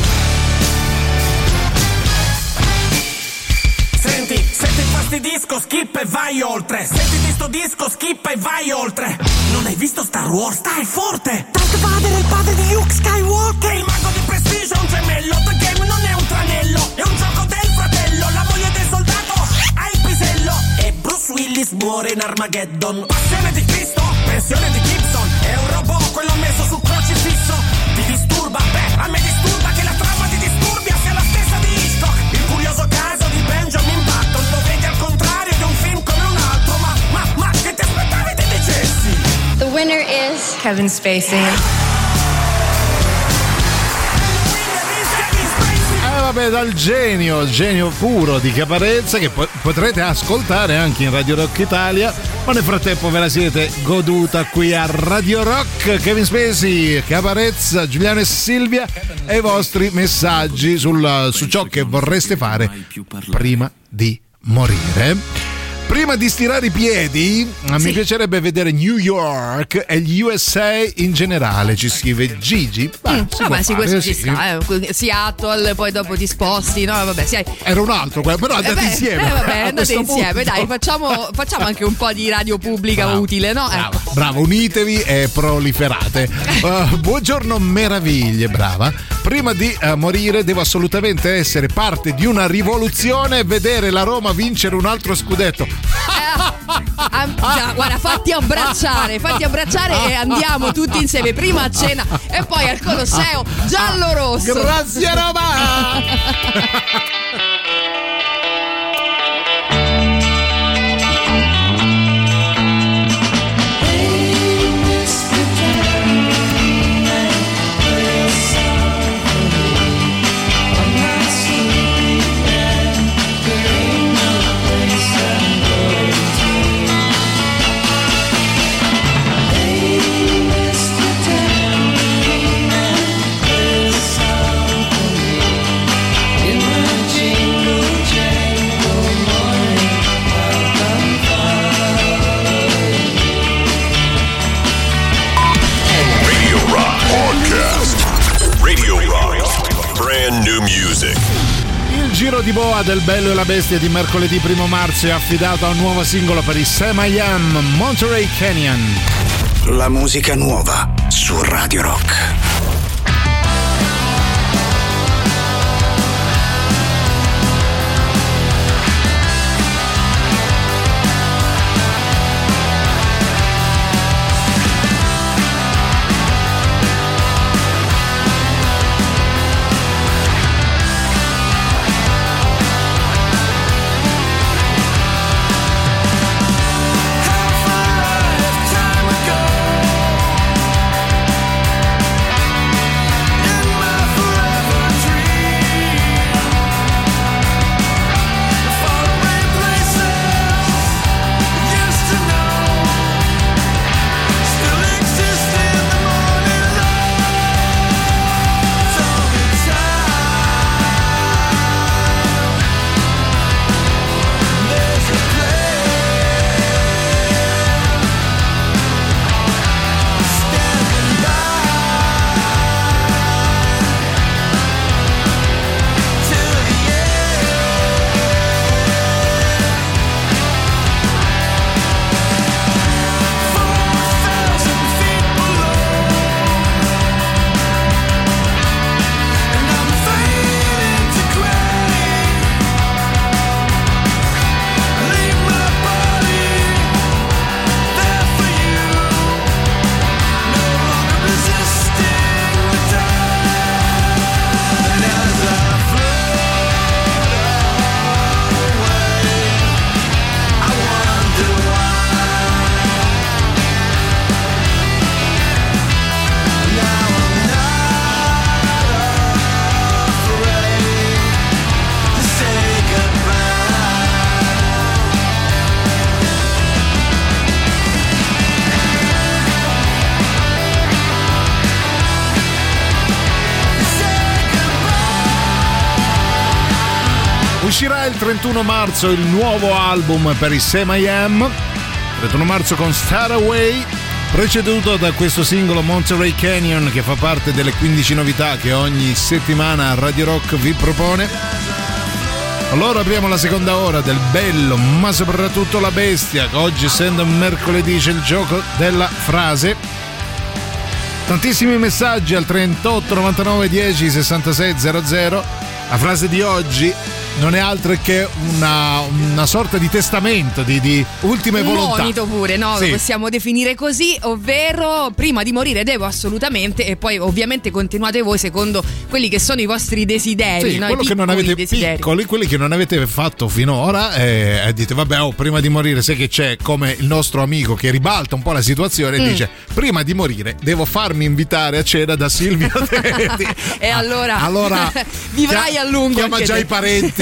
Senti, se ti fastidisco, skip e vai oltre. Sentiti sto disco, skip e vai oltre. Non hai visto Star Wars? Stai forte! Darth Vader è il padre di Luke Skywalker! E il mago di Prestige è un gemello. The Game non è un tranello, è un gioco del fratello. La moglie del soldato ha il pisello. E Bruce Willis muore in Armageddon. Passione di Cristo, pensione di Gibson. È un robot quello messo sul crocifisso. Ti disturba? Beh, a me disturba che la trama di Disturbia sia la stessa di Hitchcock. Il curioso caso di Benjamin Button. Lo vedi al contrario di un film come un altro. Ma, ma, ma, che ti aspettavi ti dicessi? The winner is Kevin Spacey. Vabbè, dal genio, genio puro di Caparezza, che po- potrete ascoltare anche in Radio Rock Italia, ma nel frattempo ve la siete goduta qui a Radio Rock. Kevin Spacey, Caparezza, Giuliano e Silvia e i vostri messaggi sul, su ciò che vorreste fare prima di morire. Prima di stirare i piedi, sì. Mi piacerebbe vedere New York e gli U S A in generale, ci scrive Gigi. Beh, mm, vabbè, sì, questo ci sta. Eh. Seattle, poi dopo ti sposti, no? Vabbè, sì. Era un altro, però andate eh beh, insieme. Eh, vabbè, andate insieme, punto. Dai, facciamo, facciamo anche un po' di radio pubblica bravo, utile, no? Bravo, ecco. bravo, unitevi e proliferate. Uh, buongiorno meraviglie, brava. Prima di uh, morire devo assolutamente essere parte di una rivoluzione e vedere la Roma vincere un altro scudetto. Eh, am, già, guarda, fatti abbracciare, fatti abbracciare e andiamo tutti insieme, prima a cena e poi al Colosseo giallo-rosso. Grazie Roma! New music. Il giro di boa del Bello e la Bestia di mercoledì primo marzo è affidato a un nuovo singolo per i Sam I Am, Monterey Canyon. La musica nuova su Radio Rock. Uscirà il trentuno marzo il nuovo album per i Sam I Am, trentuno marzo con Staraway, preceduto da questo singolo Monterey Canyon, che fa parte delle quindici novità che ogni settimana Radio Rock vi propone. Allora apriamo la seconda ora del bello, ma soprattutto la bestia, che oggi essendo un mercoledì c'è il gioco della frase. Tantissimi messaggi al trentotto novantanove dieci sessantasei zero zero. La frase di oggi non è altro che una, una sorta di testamento, di, di ultime un volontà. monito pure, no? Sì. Lo possiamo definire così, ovvero prima di morire devo assolutamente, e poi ovviamente continuate voi secondo quelli che sono i vostri desideri, Sì, no? quello I che non avete desideri. piccoli, quelli che non avete fatto finora, e eh, dite vabbè, oh, prima di morire, sai che c'è, come il nostro amico che ribalta un po' la situazione e Mm. dice prima di morire devo farmi invitare a cena da Silvia Teti. E allora, allora vivrai chia- a lungo. chiama anche già te. i parenti.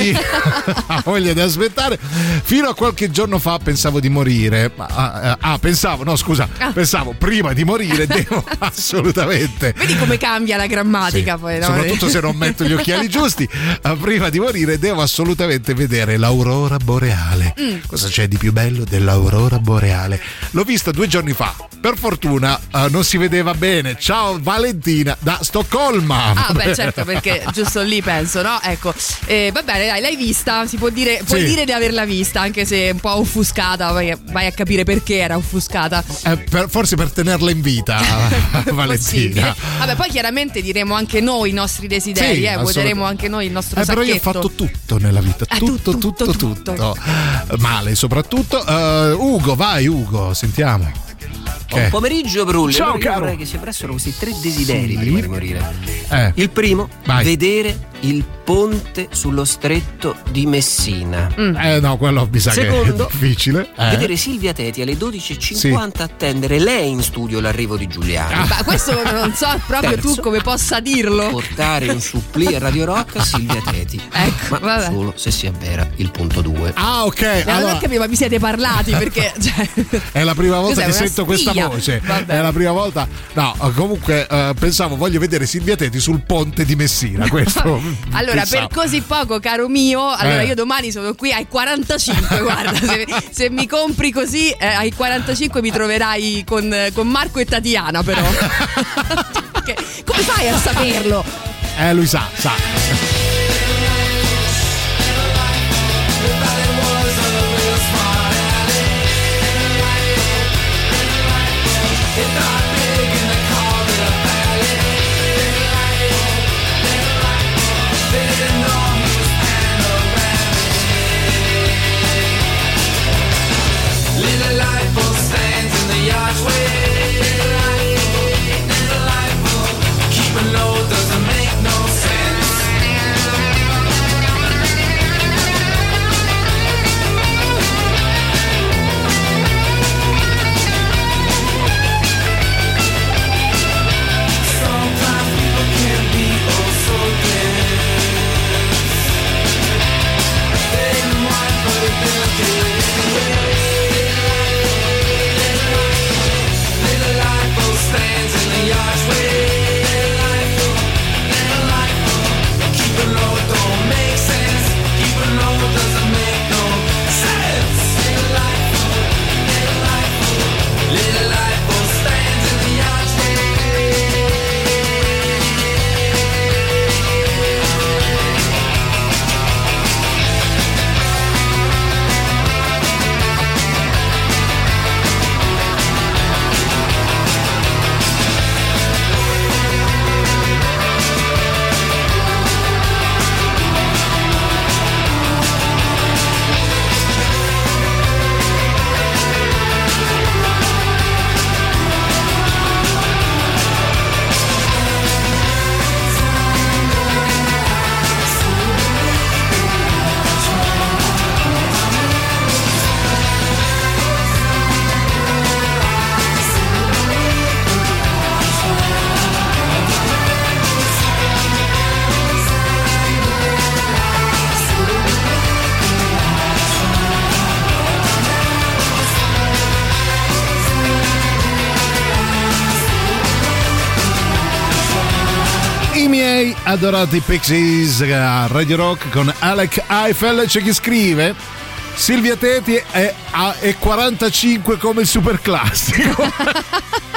Ha voglia di aspettare. Fino a qualche giorno fa pensavo di morire. Ah, ah, pensavo, no scusa, Ah. pensavo prima di morire devo assolutamente. Vedi come cambia la grammatica, Sì, poi, no? soprattutto se non metto gli occhiali giusti. eh, Prima di morire devo assolutamente vedere l'aurora boreale. Mm. Cosa c'è di più bello dell'aurora boreale? L'ho vista due giorni fa. Per fortuna eh, non si vedeva bene. Ciao Valentina da Stoccolma. Ah, beh, certo, perché giusto lì penso, no? Ecco, eh, va bene, dai, l'hai vista, si può dire, puoi Sì. dire di averla vista, anche se è un po' offuscata, poi vai a capire perché era offuscata. Eh, per- forse per tenerla in vita, Valentina. Possibile. Vabbè, poi chiaramente diremo anche noi i nostri desideri, Sì, eh, voteremo assolutamente. anche noi il nostro Eh, però sacchetto. io ho fatto tutto nella vita, Eh, tutto, tutto, tutto, tutto. Male soprattutto. Eh, Ugo, vai Ugo, sentiamo. Buon pomeriggio Brulli. Ciao, Allora, io caro. vorrei che si avessero questi tre desideri prima di morire. Eh. Il primo, Vai. vedere il ponte sullo stretto di Messina. Eh no, quello mi sa Secondo, che è difficile. Eh. Vedere Silvia Teti alle dodici e cinquanta attendere lei in studio l'arrivo di Giuliano. Ma questo non so proprio Terzo. tu come possa dirlo. Portare un supplì a Radio Rock a Silvia Teti. Ecco, Ma vabbè. solo se si avvera il punto due. Ah, ok. Eh, non Allora, ho capito, ma vi siete parlati perché cioè, è la prima volta cos'è, che una sento questa spia? voce. Vabbè. È la prima volta. No, comunque eh, pensavo, voglio vedere Silvia Teti sul ponte di Messina. Questo. Allora, pensavo. per così poco, caro mio, allora Eh. io domani sono qui ai quarantacinque. Guarda, se, se mi compri così, eh, ai quarantacinque mi troverai con, con Marco e Tatiana, però. Che- come fai a saperlo? Eh, lui sa, sa. Little light bulb stands in the archway. Little light bulb, keeping low doesn't make no sense. Sometimes people can be oh so dense. They might, but it doesn't do it anyway. Little light bulb stands in the archway. Little light bulb, keeping low don't make sense. Keeping low doesn't make no sense. Little light bulb, little light bulb, little light bulb stands in the archway. I miei adorati Pixies a Radio Rock con Alec Eiffel. C'è chi scrive: Silvia Teti è, a- è quarantacinque come il super classico.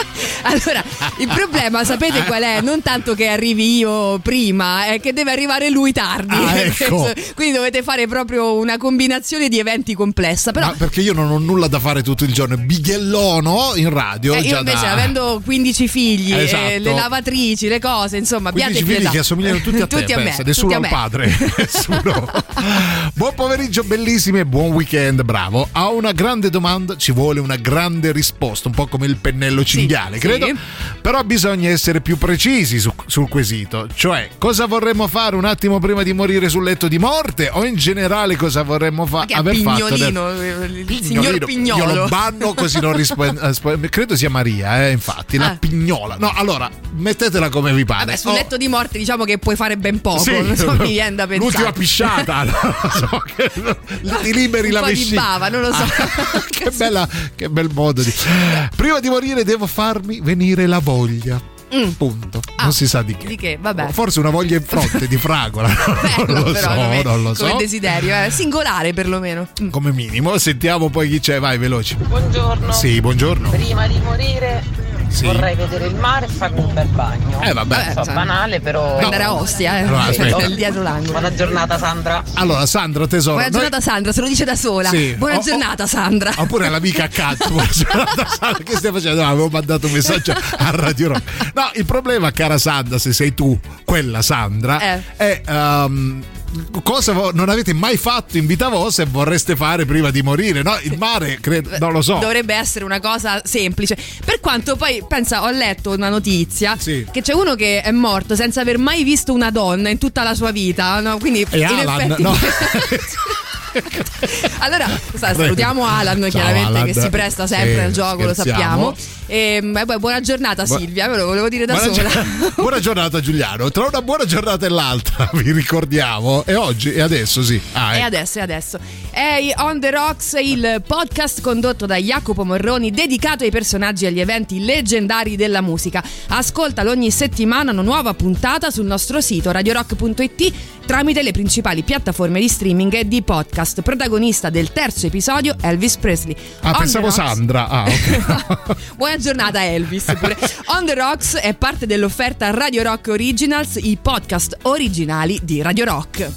Allora, il problema sapete qual è? Non tanto che arrivi io prima, è che deve arrivare lui tardi. Ah, ecco. Quindi dovete fare proprio una combinazione di eventi complessa. Però, ma perché io non ho nulla da fare tutto il giorno, bighellono in radio. Eh, io già invece da... avendo quindici figli, esatto. eh, le lavatrici, le cose, insomma, quindici figli pietà. che assomigliano tutti a te, tutti a me, pensa, nessuno tutti a al me. padre. Nessuno. Buon pomeriggio bellissimi e buon weekend, bravo. A una grande domanda ci vuole una grande risposta, un po' come il pennello cinghiale, sì, credo. sì. Però bisogna essere più precisi su, sul quesito, cioè cosa vorremmo fare un attimo prima di morire sul letto di morte, o in generale cosa vorremmo fa- aver fatto del... il Pignolino, signor Pignolo. Io lo banno così non rispondo. Credo sia Maria, eh, infatti, la Ah. Pignola. No, allora, mettetela come vi pare. Vabbè, sul Oh, letto di morte diciamo che puoi fare ben poco, sì, non so, mi viene da pensare. l'ultima pisciata, non so, che ti liberi un la po' di vescica. bava, non lo so. Ah, che bella, che bel modo di. Prima di morire devo farmi venire la voglia. Mm. Punto. Ah, non si sa di che. Di che, vabbè. Forse una voglia in fronte di fragola. Bello, non lo però, so, come, non lo so. come desiderio, eh. Singolare perlomeno. Mm. Come minimo, sentiamo poi chi c'è, vai veloci. Buongiorno. Sì, buongiorno. Prima di morire Sì. vorrei vedere il mare e farmi un bel bagno. Eh, vabbè. So, banale, però. Andare a Ostia, eh. Allora, aspetta. Nel dietro l'angolo. Buona giornata, Sandra. Allora, Sandra, tesoro. Buona giornata, noi- Sandra, se lo dice da sola. Sì. Buona Oh, oh. giornata, Sandra. Oppure l'amica accanto. Buona giornata, Sandra. Che stai facendo? No, avevo mandato un messaggio a Radio Rock. No, il problema, cara Sandra, se sei tu, quella Sandra, Eh. è um, cosa vo- non avete mai fatto in vita vostra e vorreste fare prima di morire, no? Il mare, credo, non lo so. Dovrebbe essere una cosa semplice. Per quanto poi, pensa, ho letto una notizia Sì. che c'è uno che è morto senza aver mai visto una donna in tutta la sua vita, no? Quindi E in Alan, effetti no? Allora, sa, salutiamo Alan, Ciao, chiaramente, Alan. che si presta sempre Sì, al gioco, lo scherziamo. sappiamo. E, beh, beh, buona giornata, Bu- Silvia, ve lo volevo dire da Buona, sola. gio- buona giornata Giuliano. Tra una buona giornata e l'altra vi ricordiamo. E oggi e adesso sì. Ah, E eh. adesso, e adesso è On The Rocks, il podcast condotto da Jacopo Morroni, dedicato ai personaggi e agli eventi leggendari della musica. Ascoltalo ogni settimana, una nuova puntata sul nostro sito radio rock punto it tramite le principali piattaforme di streaming e di podcast. Protagonista del terzo episodio, Elvis Presley. Ah, On pensavo The Rocks- Sandra. Ah, ok. Buona giornata, Elvis. Pure. On The Rocks è parte dell'offerta Radio Rock Originals, i podcast originali di Radio Rock.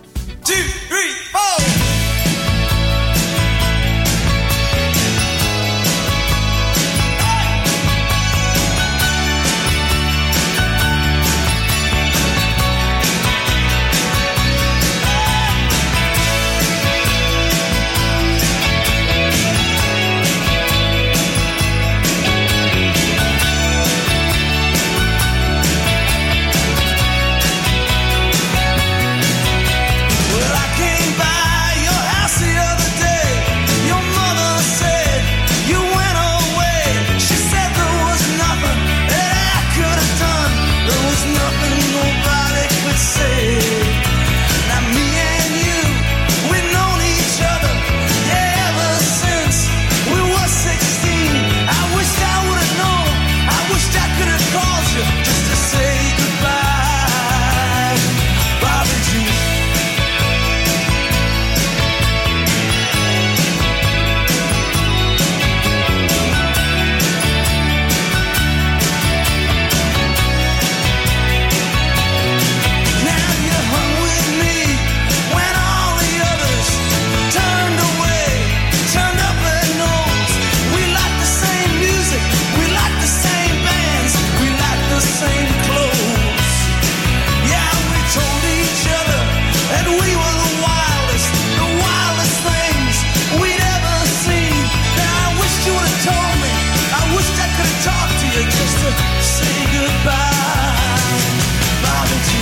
Well, I came by your house the other day. Your mother said you went away. She said there was nothing that I could have done. There was nothing nobody could say. Now me and you, we've known each other, yeah, ever since we were sixteen. I wished I would have known. I wished I could have called you just to say goodbye, Bobby Jean. Now you hung with me when all the others turned away, turned up their nose. We like the same music, we like the same bands, we like the same clothes. Yeah, we told each other that we were the wildest, the wildest things we'd ever seen. Now I wish you would have told me, I wish I could have talked to you just to say goodbye, Bobby Jean.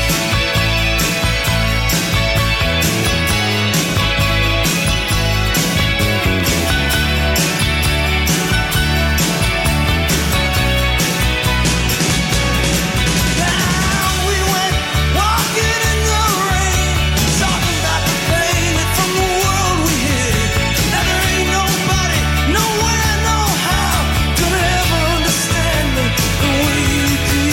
Now we went walking in the rain, talking about the pain that from the world we hid. Now there ain't nobody, nowhere, no how, gonna ever understand me the way you did.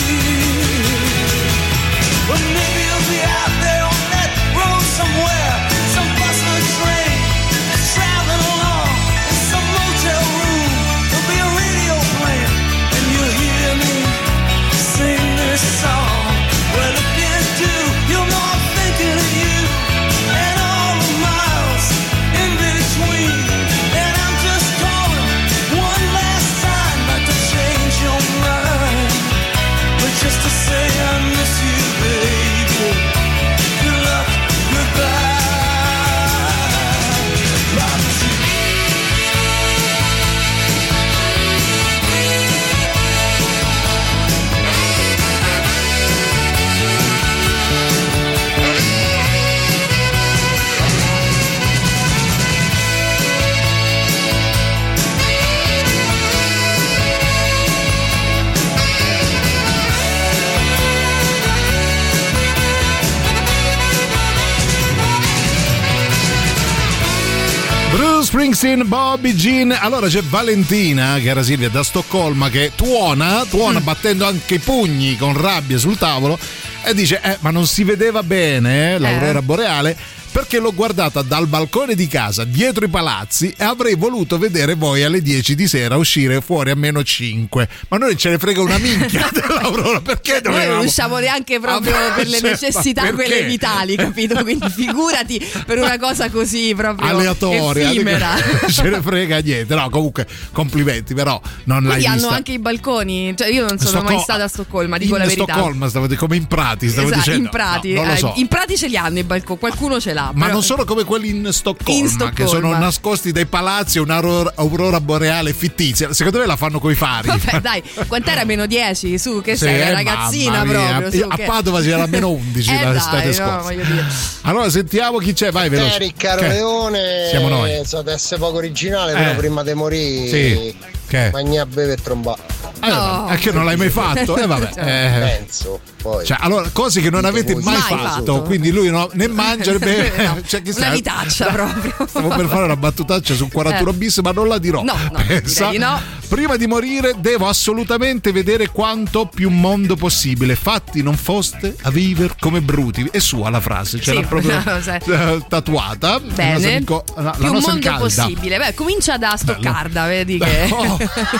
Springsteen, Bobby Jean. Allora c'è Valentina, che era Silvia da Stoccolma, che tuona, tuona mm. battendo anche i pugni con rabbia sul tavolo e dice eh ma non si vedeva bene eh, l'aurora eh. boreale, perché l'ho guardata dal balcone di casa dietro i palazzi e avrei voluto vedere voi alle dieci di sera uscire fuori a meno cinque, ma noi ce ne frega una minchia dell'aurora, perché dovevamo... Noi non usciamo neanche proprio ah, per le necessità cioè, quelle vitali, capito? Quindi figurati per una cosa così proprio aleatoria, effimera. Ce ne frega niente. No, comunque complimenti, però non l'hai vista. Quindi hanno anche i balconi, cioè io non sono Stocco- mai stata a Stoccolma, dico in la verità. Stoccolma stavo come in Prati, stavo esatto, dicendo. In Prati, no, non lo so. eh, in Prati ce li hanno i balconi, qualcuno ce l'ha. Ma però... non sono come quelli in Stoccolma, in Stoccolma, che sono nascosti dai palazzi e un'aurora boreale fittizia. Secondo me la fanno coi fari. Vabbè, dai, quant'era meno dieci? Su, che sì, sei, una ragazzina proprio. Su, a che... Padova c'era meno undici eh l'estate dai, scorsa. No, voglio dire. Allora sentiamo chi c'è, vai veloce. Eh, Riccardo Leone, siamo noi. So essere poco originale, eh. però prima di morire sì. Che? Magna beve e trombare. Eh, no. È che non l'hai mai fatto? Eh vabbè. Eh. Penso. Poi. Cioè, allora, cose che non avete mai, mai fatto. fatto, quindi lui no, né mangia né beve. No, cioè, chissà, una vitaccia proprio. Stavo per fare una battutaccia su quarantuno eh. bis, ma non la dirò. No, no, Pensa, direi no. Prima di morire devo assolutamente vedere quanto più mondo possibile. Fatti non foste a vivere come bruti. È sua la frase, ce l'ha sì, proprio no, tatuata. Bene. Amico, la, più la mondo calda. possibile. Beh, comincia da Stoccarda, vedi che oh.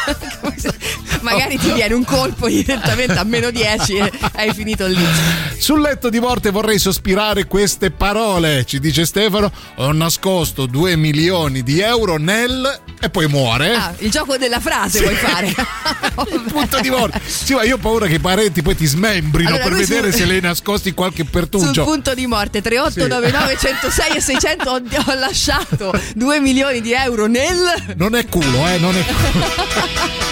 magari ti viene un colpo direttamente a meno dieci e hai finito lì. Sul letto di morte vorrei sospirare queste parole, ci dice Stefano. Ho nascosto due milioni di euro nel... e poi muore. Ah, il gioco della frase vuoi fare. Il punto di morte. Sì, ma io ho paura che i parenti poi ti smembrino allora, per vedere su... se le hai nascosti qualche pertuccio. Sul punto di morte tre otto nove nove uno zero sei e seicento ho, ho lasciato due milioni di euro nel... Non è culo, eh, non è culo.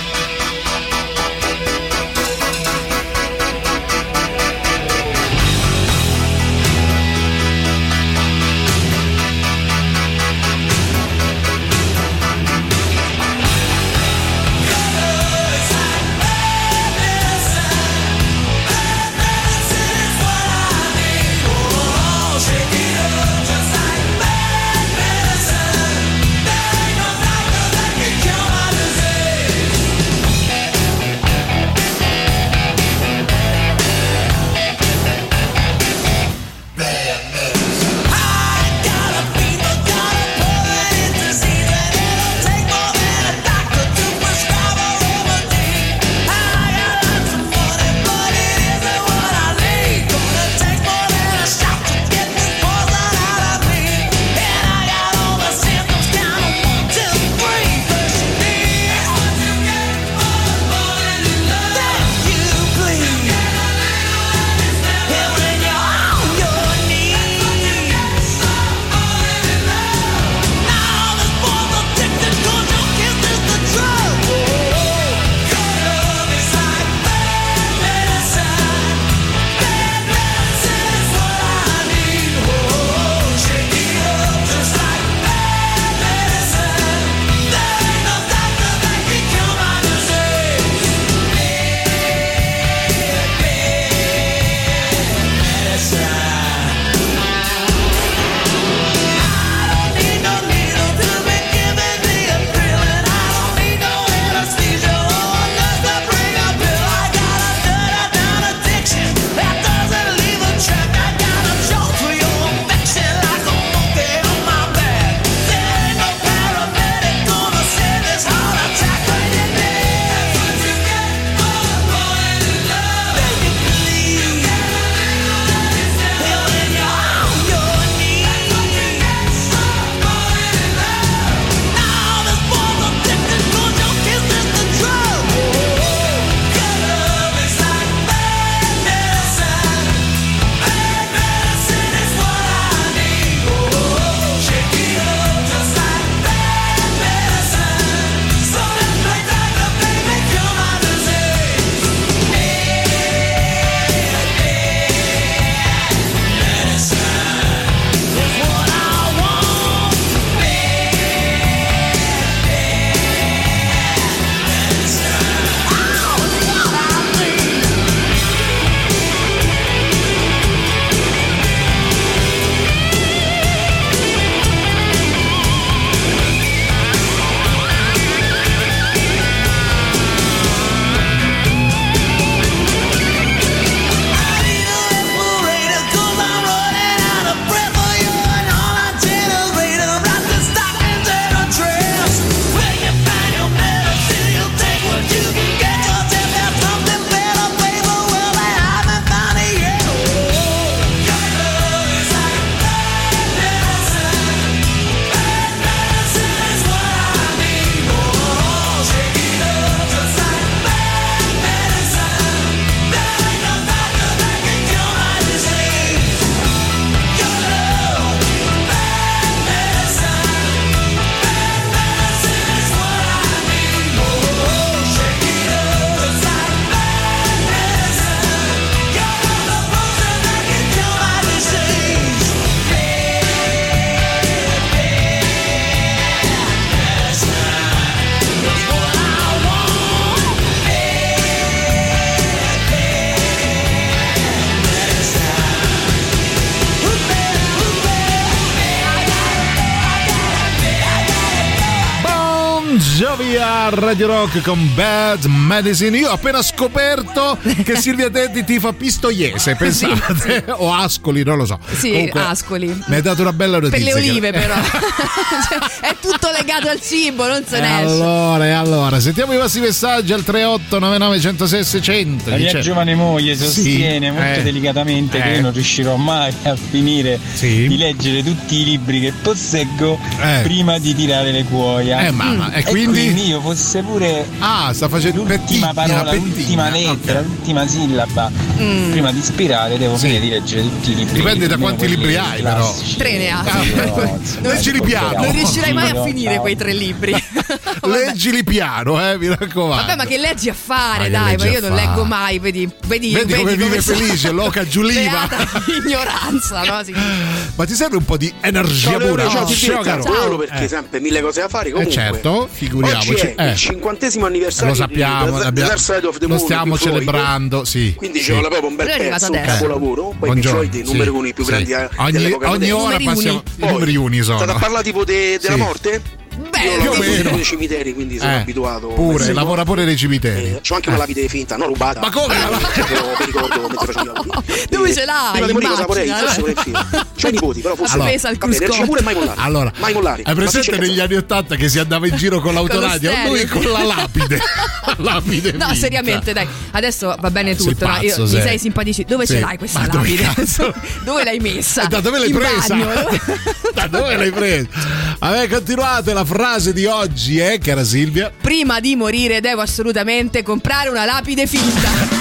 a Radio Rock con Bad Medicine. Io ho appena scoperto che Silvia Teti tifa Pistoiese, pensate, sì, sì. o Ascoli, non lo so. Sì, comunque, Ascoli. Mi hai dato una bella notizia. Per le olive, che... però. Cioè, è tutto legato al cibo, non se ne esce. Allora, e allora, sentiamo i vostri messaggi al tre otto nove nove zero sei sei zero zero. La mia Dice... giovane moglie sostiene sì, molto eh, delicatamente eh. che io non riuscirò mai a finire sì. di leggere tutti i libri che posseggo eh. prima di tirare le cuoia. Eh, mamma, mm. e, quindi... e quindi io fosse pure ah, sta facendo l'ultima pettina, parola, pettina. l'ultima lettera, okay. l'ultima sillaba mm. prima di ispirare devo sì. finire di leggere tutti i libri. Dipende da quanti libri hai, però. Tre ne ha. Leggili piano. Non riuscirai mai a finire quei tre libri. Leggili piano, eh, mi raccomando. Vabbè, ma che leggi a fare, ah, dai, ma io non fare. leggo mai, vedi, vedi, vedi, vedi come vive come felice, loca Giuliva. Ignoranza, no? Sì. Ma ti serve un po' di energia pura? No, no, ciao, caro. Ciao, perché eh. sempre mille cose da fare comunque. Eh certo, figuriamoci. Oggi è eh. il cinquantesimo anniversario lo sappiamo, di The Dark Side of the Moon, lo stiamo Pink Floyd. celebrando, sì. Quindi sì. ci vuole proprio un bel pezzo, un capolavoro. Poi Pink Floyd, i numeri uno, i più sì. grandi ogni, dell'epoca ogni ora numeri passiamo uni. I numeri uni sono. State a parlare tipo de, della sì. morte? Beh, io più o meno nei cimiteri, quindi sono eh, abituato. Pure, lavora pure nei cimiteri. Eh, c'ho anche una lapide finta, non rubata. Ma come? Mi ricordo mentre facevo gli auguri. Dove ce l'hai? Prima di morire cosa vorrei? Forse vorrei film. C'ho i nipoti, però forse allora, pesa il cruscotto. pure mai mollare. Allora, mai mollare. Hai presente negli anni ottanta che si andava in giro con l'autoradio? Con lui con la lapide. lapide no, finta. Seriamente, dai. Adesso va bene tutto. Sei pazzo, no? Io, sei. Mi sei simpatici. Dove sì. ce l'hai questa Ma lapide? Dove, dove l'hai messa? Da dove l'hai in presa? Bagno. Da dove l'hai presa? Vabbè, continuate. La frase di oggi è, cara Silvia, prima di morire devo assolutamente comprare una lapide finta.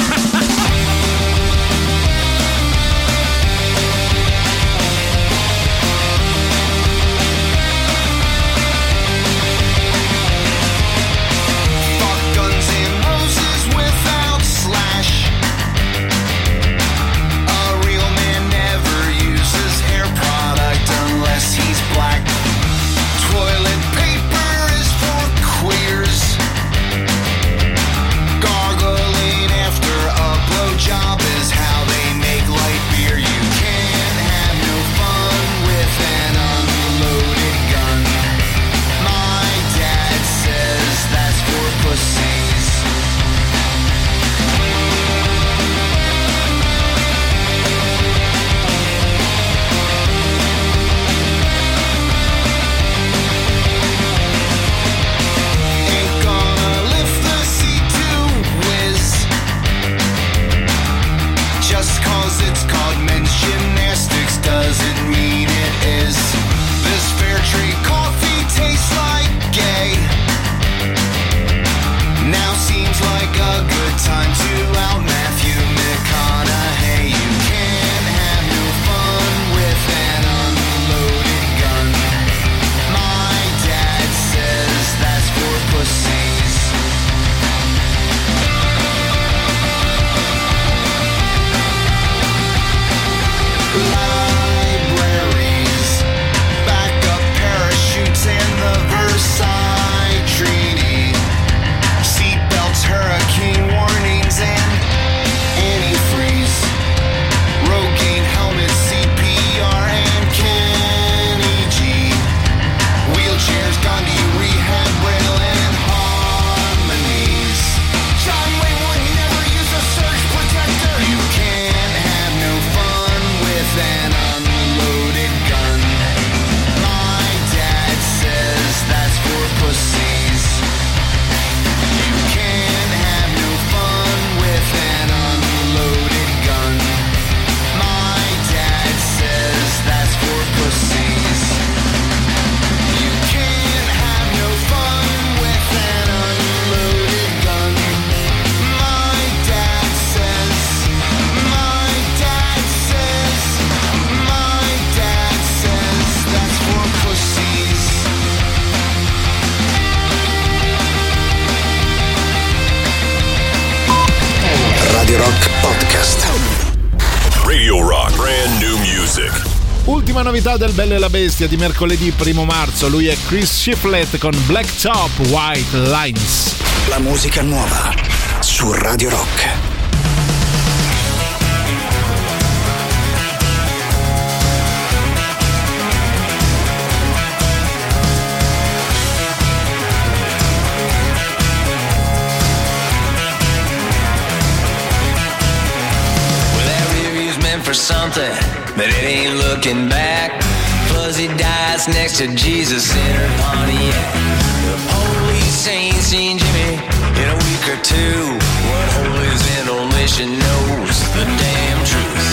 Gargling after a blowjob is how they make light beer. You can't have no fun with an unloaded gun. My dad says that's for pussies. Ain't gonna lift the C two whiz just cause it's called men's gymnastics doesn't mean it is. This fair trade coffee tastes like gay. Now seems like a good time to out Matthew McConaughey. You can't have no fun with an unloaded gun. My dad says that's for pussies. Libraries, backup parachutes and the Versailles Treaty, seatbelts, hurricane warnings and antifreeze, Rogaine helmets, C P R and Kenny G, wheelchairs, Gandhi rehab rail and harmonies. John Wayne would never use a surge protector. You can't have no fun with an unloaded gun. My dad says that's for pussies. You can't have no fun with an unloaded gun. My dad says that's for pussies. You can't have no fun with an unloaded gun. My dad says, my dad says, my dad says that's for pussies. Radio Rock Podcast. Radio Rock, brand new music. ultima novità del Bello e la Bestia di mercoledì primo marzo. Lui è Chris Shiflett con Blacktop White Lines. La musica nuova su Radio Rock. something, but it ain't looking back. Plus he dies next to Jesus in her Pontiac. The police ain't seen Jimmy in a week or two. What hole is in only she knows the damn truth.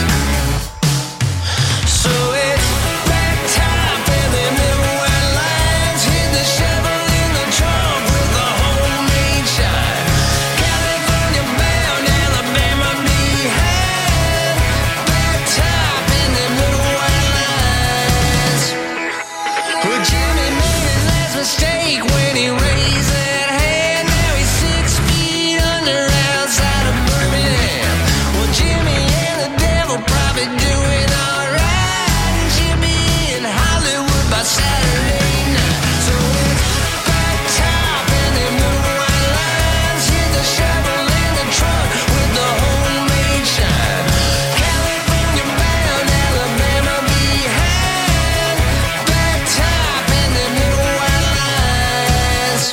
So it's back time for them little white lines. Hit the shovel in the trunk with the homemade shine. California bound, Alabama behind. Back top in them little white lines. Well, Jimmy made his last mistake when he raised that hand. Now he's six feet under outside of Birmingham. Well, Jimmy and the devil probably doing alright. Jimmy in Hollywood by Saturday night. So it's back top and them little white lines. Hit the shovel in the trunk with the homemade shine. California bound, Alabama behind. Back top and them little white lines.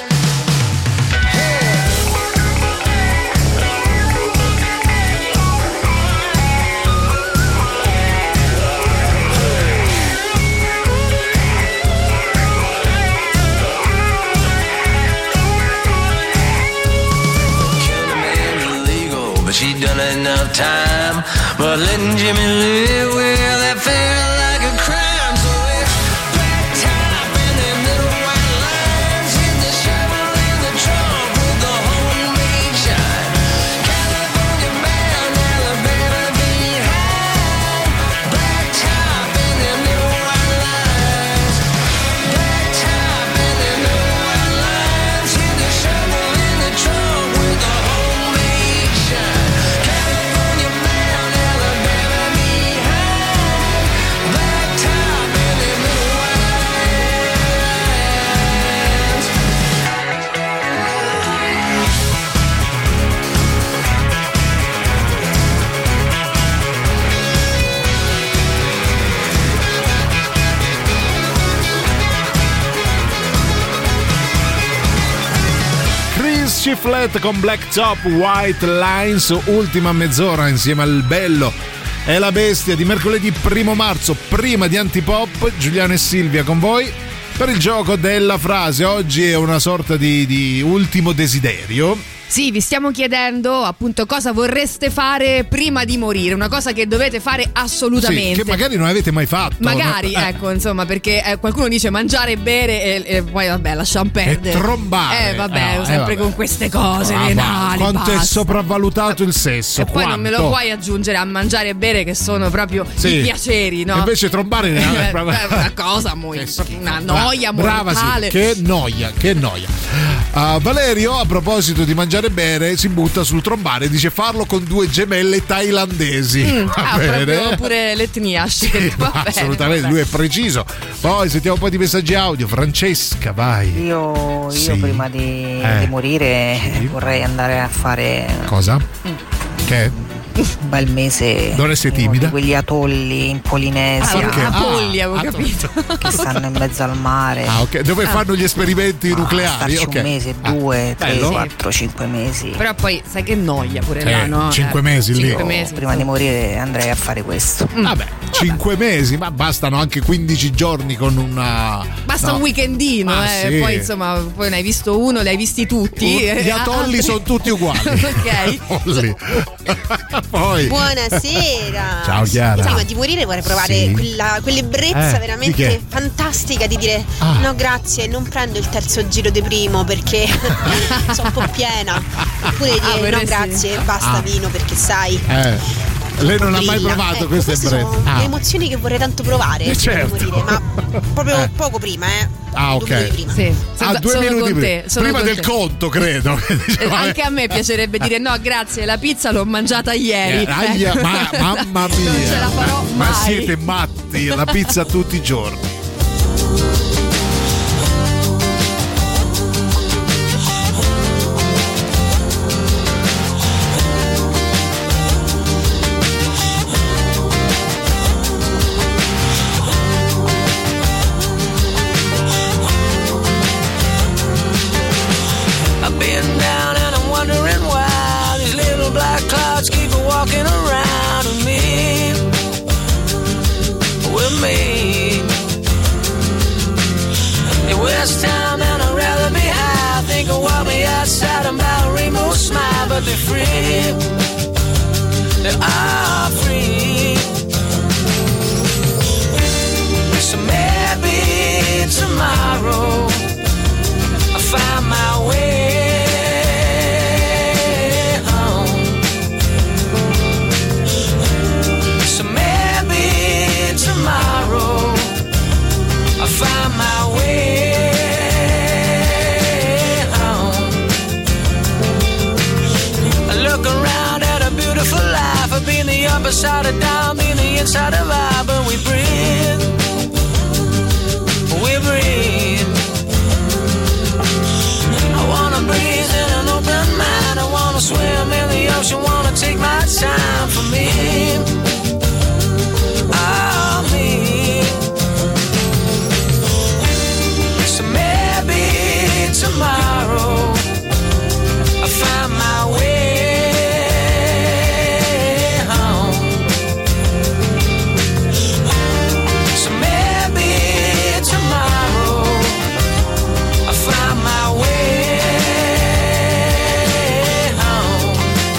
Killing a man illegal, but she done enough time. But letting Jimmy live, well, that felt like a crime. So it's back top and them little white lines. Hit the shovel in the trunk with the homemade shine. California bound, Alabama behind. Back top and them little white lines. Back top and them little white lines. Hit the shovel in the trunk with the homemade shine. California bound, Alabama behind. Back top and them little white lines. Chris Chiflet con Black Top White Lines, ultima mezz'ora insieme al bello e la bestia di mercoledì primo marzo, prima di Antipop. Giuliano e Silvia con voi per il gioco della frase. Oggi è una sorta di, di ultimo desiderio. Sì, vi stiamo chiedendo appunto cosa vorreste fare prima di morire, una cosa che dovete fare assolutamente. Sì, che magari non avete mai fatto. Magari, no? eh. ecco, insomma, perché eh, qualcuno dice mangiare e bere e, e poi vabbè, lasciamo perdere. E trombare. Eh, vabbè, eh, no, sempre eh, con queste cose ah, venali. Quanto basta. è sopravvalutato il sesso. E poi quanto? non me lo puoi aggiungere a mangiare e bere, che sono proprio sì. i piaceri, no? E invece trombare è è una cosa molto, una noia Brava, mortale. sì. Che noia, che noia. Uh, Valerio, a proposito di mangiare e bere, si butta sul trombare, dice farlo con due gemelle thailandesi. Mm, va ah, bene? proprio pure l'etnia. Sì, va bene, assolutamente, va lui è preciso. Poi sentiamo un po' di messaggi audio. Francesca, vai. Io, io Sì. prima di, Eh. di morire Sì. vorrei andare a fare Cosa? Mm. Che? un bel mese. Non essere uno timida? di quegli atolli in Polinesia. Ah, perché? Apolli, Ah, avevo ah, capito. Che stanno in mezzo al mare. Ah, ok. Dove Ah. fanno gli esperimenti Ah, nucleari? starci Ok. un mese, Ah, due, tre, bello. quattro, cinque mesi. Però poi sai che noia pure Eh, là, no? cinque Eh, mesi lì. cinque mesi. Prima di morire andrei a fare questo. Vabbè, cinque mesi, ma bastano anche quindici giorni con una. Basta no. un weekendino, Ma eh. sì. Poi insomma, poi ne hai visto uno, li hai visti tutti. Gli eh, atolli altri- sono tutti uguali. Ok. Atolli. Poi. Buonasera. Ciao, Chiara. Io prima di morire vorrei provare Sì. quella, quell'ebbrezza Eh, di veramente che? fantastica di dire Ah. no grazie, non prendo il terzo giro di primo perché sono un po' piena. Oppure dire Ah, no vorresti- grazie, basta Ah. vino perché sai. Eh, lei non ha mai brilla. provato Ecco, queste queste ebbrezze. sono Ah. le emozioni che vorrei tanto provare Eh, prima di certo. morire, ma proprio Eh. poco prima, eh. Ah, Due minuti ok. prima. Sì, Ah, sono- due sono minuti con prima, te, sono prima con del te. conto, credo. Eh, Anche a me piacerebbe dire no grazie, la pizza l'ho mangiata ieri. Eh, aia, Ecco. ma, mamma mia. Non ce la farò Ma mai. siete matti, la pizza tutti i giorni. I've been down and I'm wondering why these little black clouds keep walking around me. but they're free. They're all free. So maybe tomorrow I'll find my way home. So maybe tomorrow I'll find my way home. I look around at a beautiful life, of being the upper side of down, being the inside of I, but we breathe, we breathe. I wanna breathe in an open mind, I wanna swim in the ocean, wanna take my time for me, oh me. So maybe tomorrow I'll find my way home. So maybe tomorrow I'll find my way home.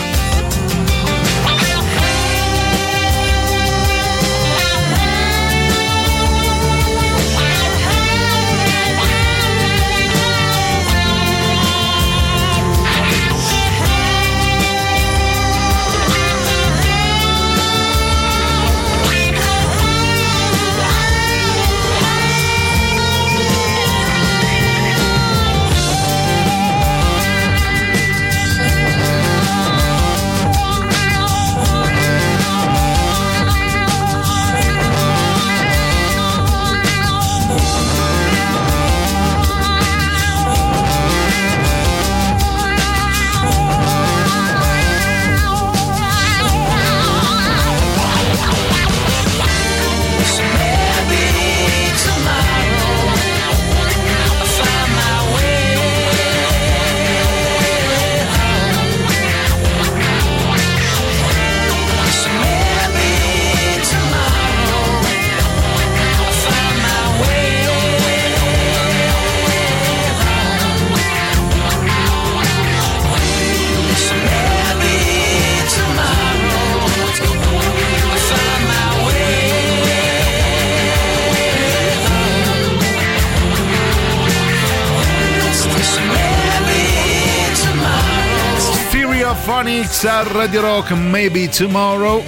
Phonics a Radio Rock, Maybe Tomorrow.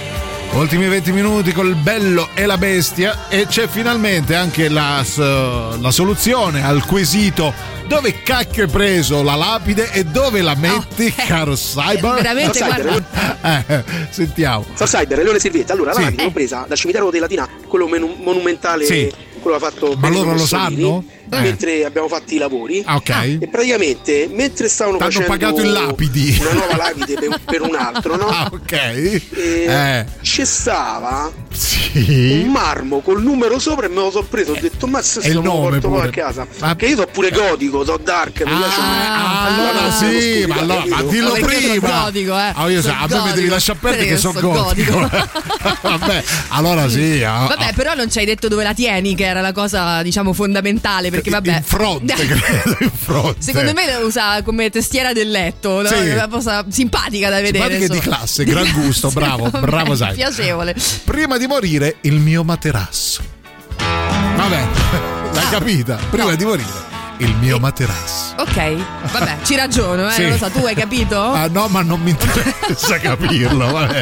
Ultimi venti minuti col bello e la bestia, e c'è finalmente anche la, la soluzione al quesito: dove cacchio hai preso la lapide e dove la metti, oh, caro Cyber? Veramente, guarda. Eh, sentiamo. Sa Cyber, Leone Silvietta. Allora, la Sì. lapide l'ho presa dal cimitero della Latina, quello menu- monumentale, Sì. quello ha fatto Ma Benito loro lo Mussolini, sanno? Eh. mentre abbiamo fatto i lavori. Ah, ok. E praticamente mentre stavano T'hanno facendo pagato in lapidi. una nuova lapide per, per un altro, no? Ah, ok. E Eh. ci stava Sì. un marmo col numero sopra e me lo so preso. Ho detto ma se E il me lo nome porto poi pure. a casa. Ma- Che io so pure gotico, so dark, mi piace. Ah, allora Ma sì, stupido, ma, allora, ma capito? dillo Perché io sono prima. gotico, eh. Ah, io so, Sono a me mi devi gotico. lasciare perdere Perché che sono sono gotico. Vabbè, allora sì. ah, Vabbè, ah. però non ci hai detto dove la tieni, che era la cosa, diciamo, fondamentale, perché vabbè. In fronte, credo, in fronte. Secondo me la usa come testiera del letto, no? Sì. Una cosa simpatica da vedere. Simpatica e di insomma. classe, gran gusto, bravo, Vabbè, bravo sai. Piacevole. Prima di morire, il mio materasso. Vabbè, l'hai capita? Prima di morire, il mio materasso. Ok, vabbè, ci ragiono, eh. Sì. Non lo so, tu hai capito? Ah no, ma non mi interessa capirlo, vabbè.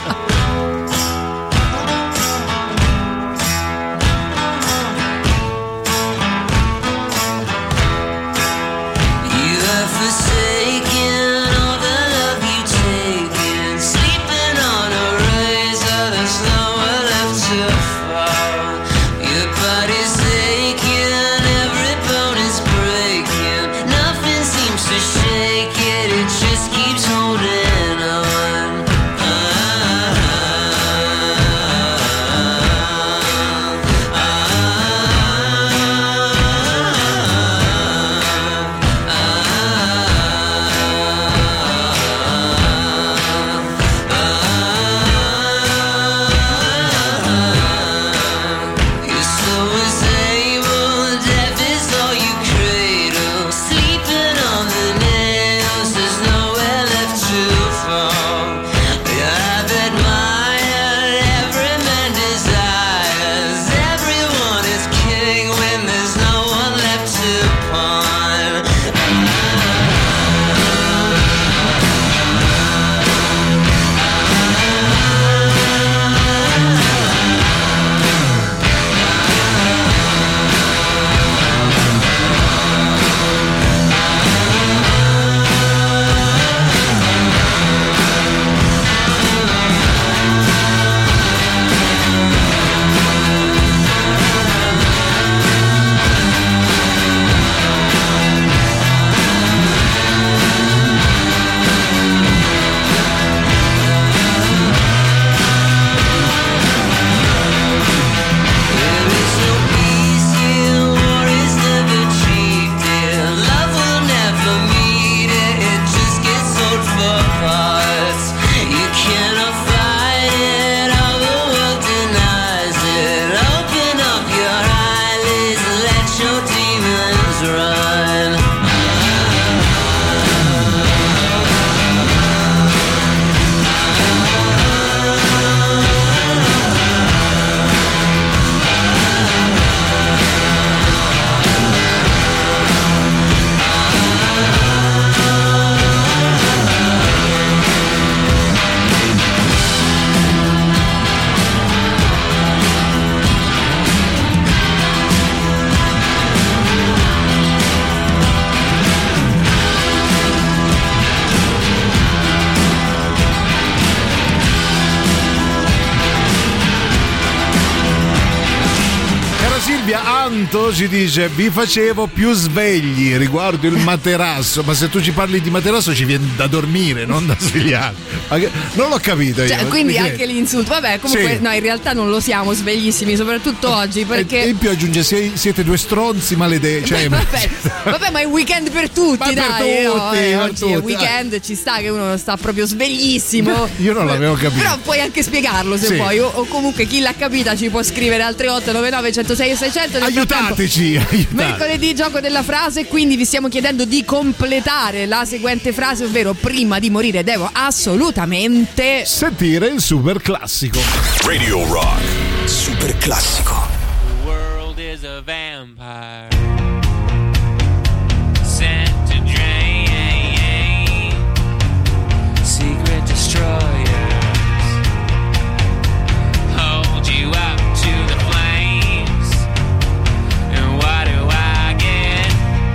You have forsaken all the love you've taken, sleeping on a razor, there's nowhere left to fall. Your body's aching, every bone is breaking, nothing seems to shake it, it just keeps holding on. Ah. Santo ci dice: vi facevo più svegli riguardo il materasso, ma se tu ci parli di materasso ci viene da dormire, non da svegliare. Non l'ho capito io. Cioè, quindi anche l'insulto, vabbè, comunque sì. No, in realtà non lo siamo sveglissimi, soprattutto oggi, perché e in più aggiunge: siete due stronzi maledetti. Cioè, vabbè, vabbè, ma è un weekend per tutti, ma dai. Per tutti, no, eh, per oggi tutti, è weekend, dai. Ci sta che uno sta proprio sveglissimo. Io non l'avevo capito. Però puoi anche spiegarlo se sì. vuoi, o, o comunque chi l'ha capita ci può scrivere al tre otto nove nove uno zero sei sei zero zero. Aiutateci, aiutateci. Mercoledì gioco della frase, quindi vi stiamo chiedendo di completare la seguente frase, ovvero: prima di morire devo assolutamente sentire il super classico. Radio Rock Super classico. The world is a vampire sent to drain secret destroyers hold you up to the flames, and what do I get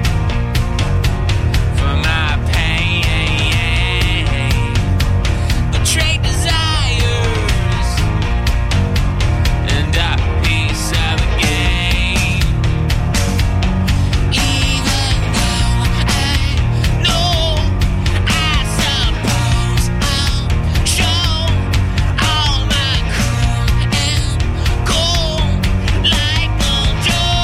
for my pain? Betrayed desires and a piece of the game. Even though I know, I suppose I'll show all my crew and go like a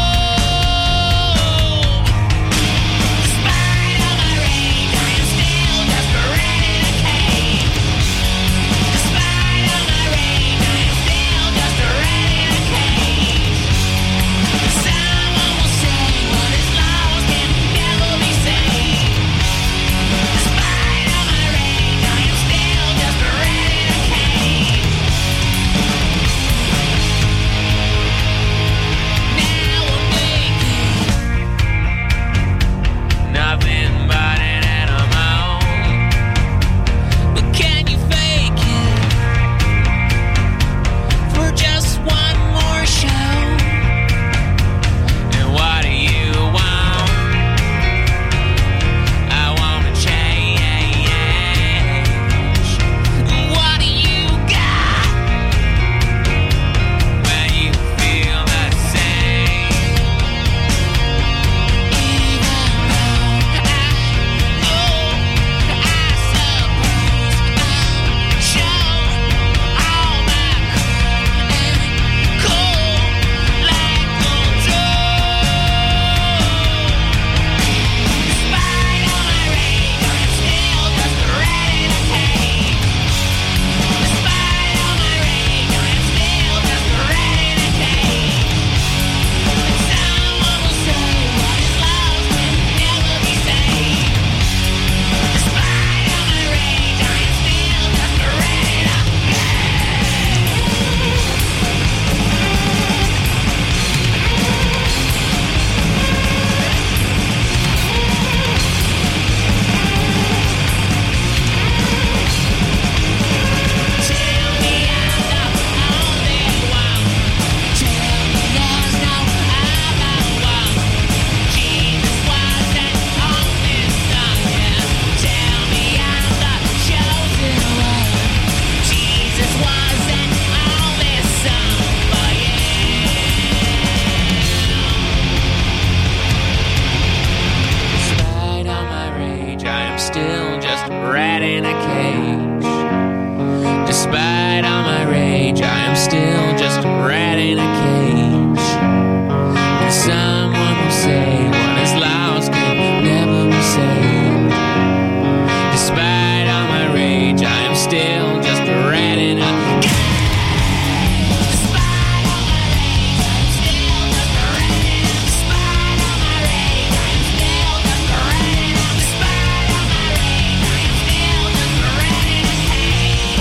Joe. Despite all my rage, I am still just a rat in a cage. Despite all my rage, I am still just a rat in a cage. Someone will say what is lost can never be saved. Despite all my rage, I am still just a rat in a cage. Now I'm making nothing but an animal. But can you fake it for just one more show? And what do you want? I wanna change. What do you got when you feel the same? Even though I know, I suppose I'll show all my crew and go like a Joe. Despite all my rage, I'm still just a rat in a cage. Despite all my rage, I'm still just a rat in a cage. Someone will say what is lost can never be saved. Despite all my rage, I am still just a rat in a Tell me I'm the only one. Tell me there's no other one. Jesus wasn't on this song, yeah. Tell me I'm the chosen one. Jesus wasn't on this song, but yeah. Despite all my rage, I am still just a rat in a cage. Despite all my rage, I am still just a rat in a cage. And someone will say what is lost can never be saved. Despite all my rage, I am still just a rat in a cage. Despite all my rage, I am still just a rat in a Despite all my rage, I am still just a rat in a Despite all my rage, I am still just a rat in a cage.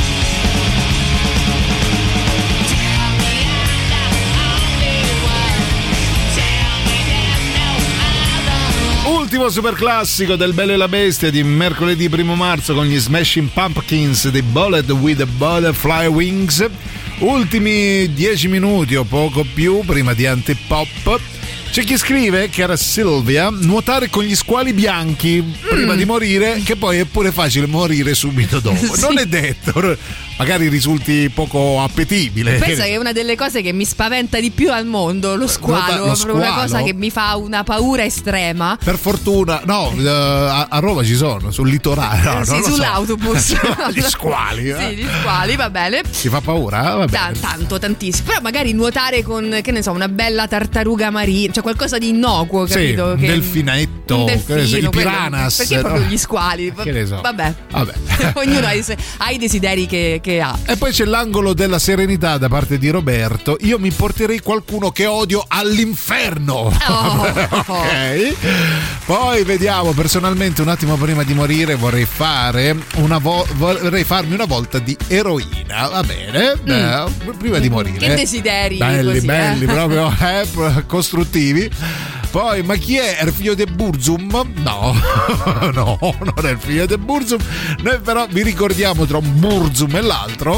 Tell me I'm the only one. Tell me there's no other one. Ultimo super classico del Bello e la Bestia di mercoledì primo marzo con gli Smashing Pumpkins di Bullet with the Butterfly Wings. Ultimi dieci minuti o poco più prima di Antipop. C'è chi scrive, che era Silvia, nuotare con gli squali bianchi mm. prima di morire, che poi è pure facile morire subito dopo. Sì. Non è detto, magari risulti poco appetibile. Pensa che è una delle cose che mi spaventa di più al mondo, lo squalo, lo squalo. Una cosa che mi fa una paura estrema. Per fortuna, no, a, a Roma ci sono, sul litorale. No, sì, non lo sull'autobus. So. Gli squali. Eh? Sì, gli squali, va bene. Ti fa paura? Va bene. T- tanto, tantissimo. Però magari nuotare con, che ne so, una bella tartaruga marina, cioè qualcosa di innocuo, capito? Sì, un che, delfinetto, un delfino, so, i piranas. Perché no? proprio gli squali? Che ne so. Vabbè. Vabbè. Ognuno ha i, ha i desideri che, che ha. E poi c'è l'angolo della serenità da parte di Roberto. Io mi porterei qualcuno che odio all'inferno. Oh. Ok. Poi vediamo, personalmente un attimo prima di morire vorrei fare una vo- vorrei farmi una volta di eroina. Va bene? Mm. Eh, prima di morire. Che desideri belli, così, belli, eh? proprio eh, costruttivi. Poi, ma chi è? È il figlio di Burzum? No, no, non è il figlio di Burzum. Noi però vi ricordiamo tra un Burzum e l'altro.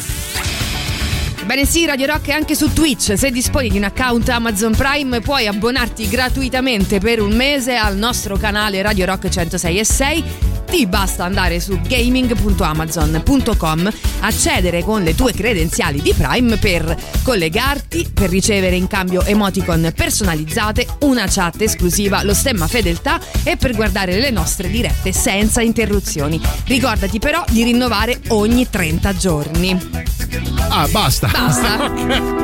Bene, sì, Radio Rock è anche su Twitch. Se disponi di un account Amazon Prime puoi abbonarti gratuitamente per un mese al nostro canale Radio Rock centosei e sei. Ti basta andare su gaming punto amazon punto com, accedere con le tue credenziali di Prime per collegarti, per ricevere in cambio emoticon personalizzate, una chat esclusiva, lo stemma fedeltà e per guardare le nostre dirette senza interruzioni. Ricordati però di rinnovare ogni trenta giorni. Ah, basta. Basta. Okay.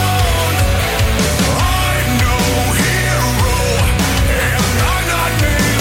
I'm not made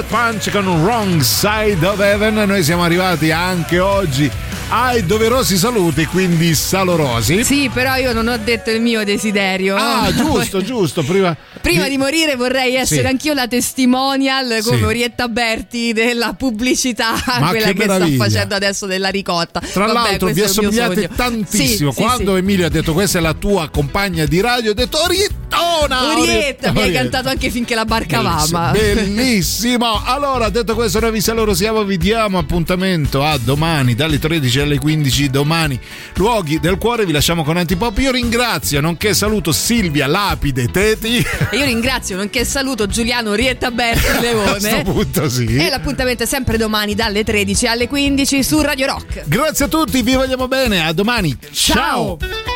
Suicide Punch con Wrong Side of Heaven. Noi siamo arrivati anche oggi ai doverosi saluti, quindi salorosi. Sì, però io non ho detto il mio desiderio. Ah, giusto, giusto. Prima, Prima di morire vorrei essere Sì. anch'io la testimonial come Sì. Orietta Berti della pubblicità, Ma quella che che sta meraviglia. facendo adesso della ricotta. Tra Vabbè, l'altro vi questo è il mio assomigliate sogno. tantissimo. Sì, sì, Quando sì. Emilio ha detto questa è la tua compagna di radio, ho detto Oriettona! Orietta, mi hai Orietta. cantato anche finché la barca Bellissimo, va. bellissimo. Allora, detto questo, noi vi salutiamo, vi diamo appuntamento a domani dalle tredici alle quindici. Domani, luoghi del cuore, vi lasciamo con Antipop. Io ringrazio, nonché saluto Silvia Lapide Teti. E io ringrazio, nonché saluto Giuliano Orietta Berti A Leone. sto punto sì. E l'appuntamento è sempre domani dalle tredici alle quindici su Radio Rock. Grazie a tutti, vi vogliamo bene. A domani. Ciao.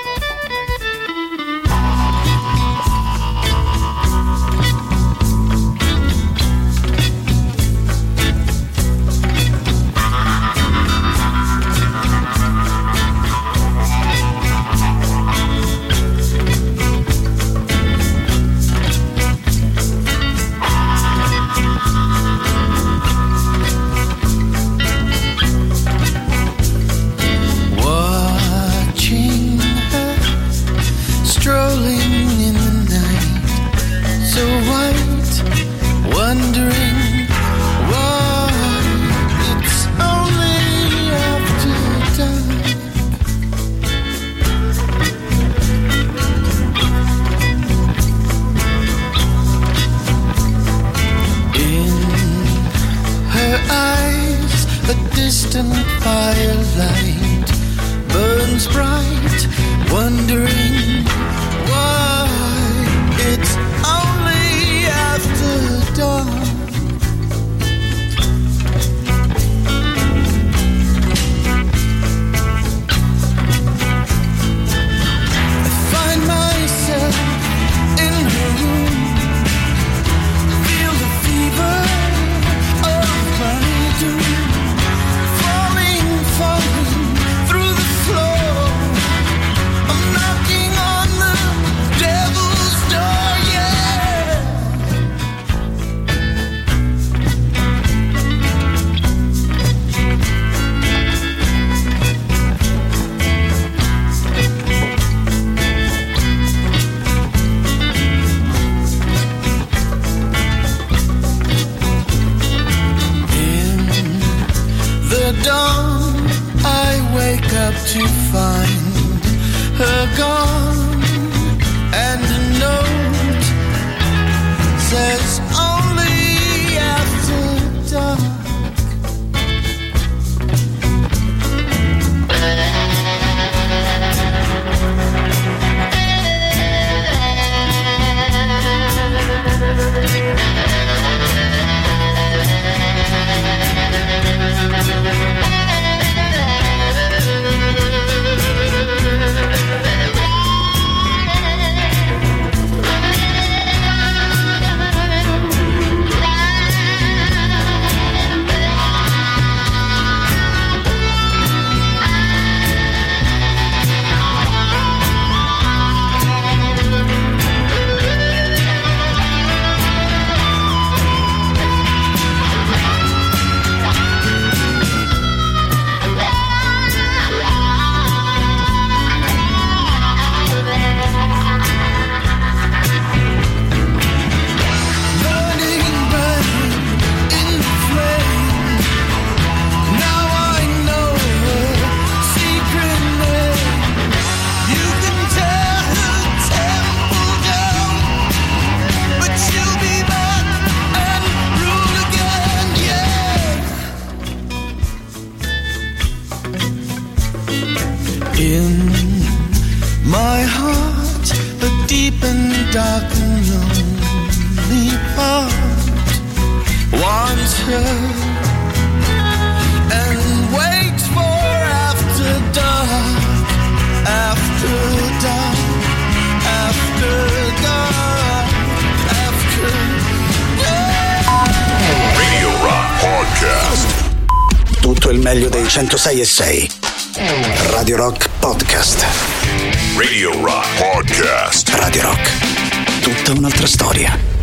Watching her strolling in the night, so white, wondering why it's only after dark. In her eyes, a distant firelight burns bright, wondering why it's only after dawn. I find myself in her room, feel the fever of my doom, falling, falling through the floor. I'm knocking on the devil's door, yeah. In the dawn, I wake up to find her gone, and a note says only after dark. Burning, burning in the flame. Now I know her secret name. You can tear her temple down, but she'll be back and rule again, yeah. In my heart, a deep and dark and lonely part wants her and waits for after dark, after dark, after dark, after dark. Radio Rock Podcast. Tutto il meglio dei centosei e sei. Radio Rock Podcast. Radio Rock Podcast. Radio Rock. Tutta un'altra storia.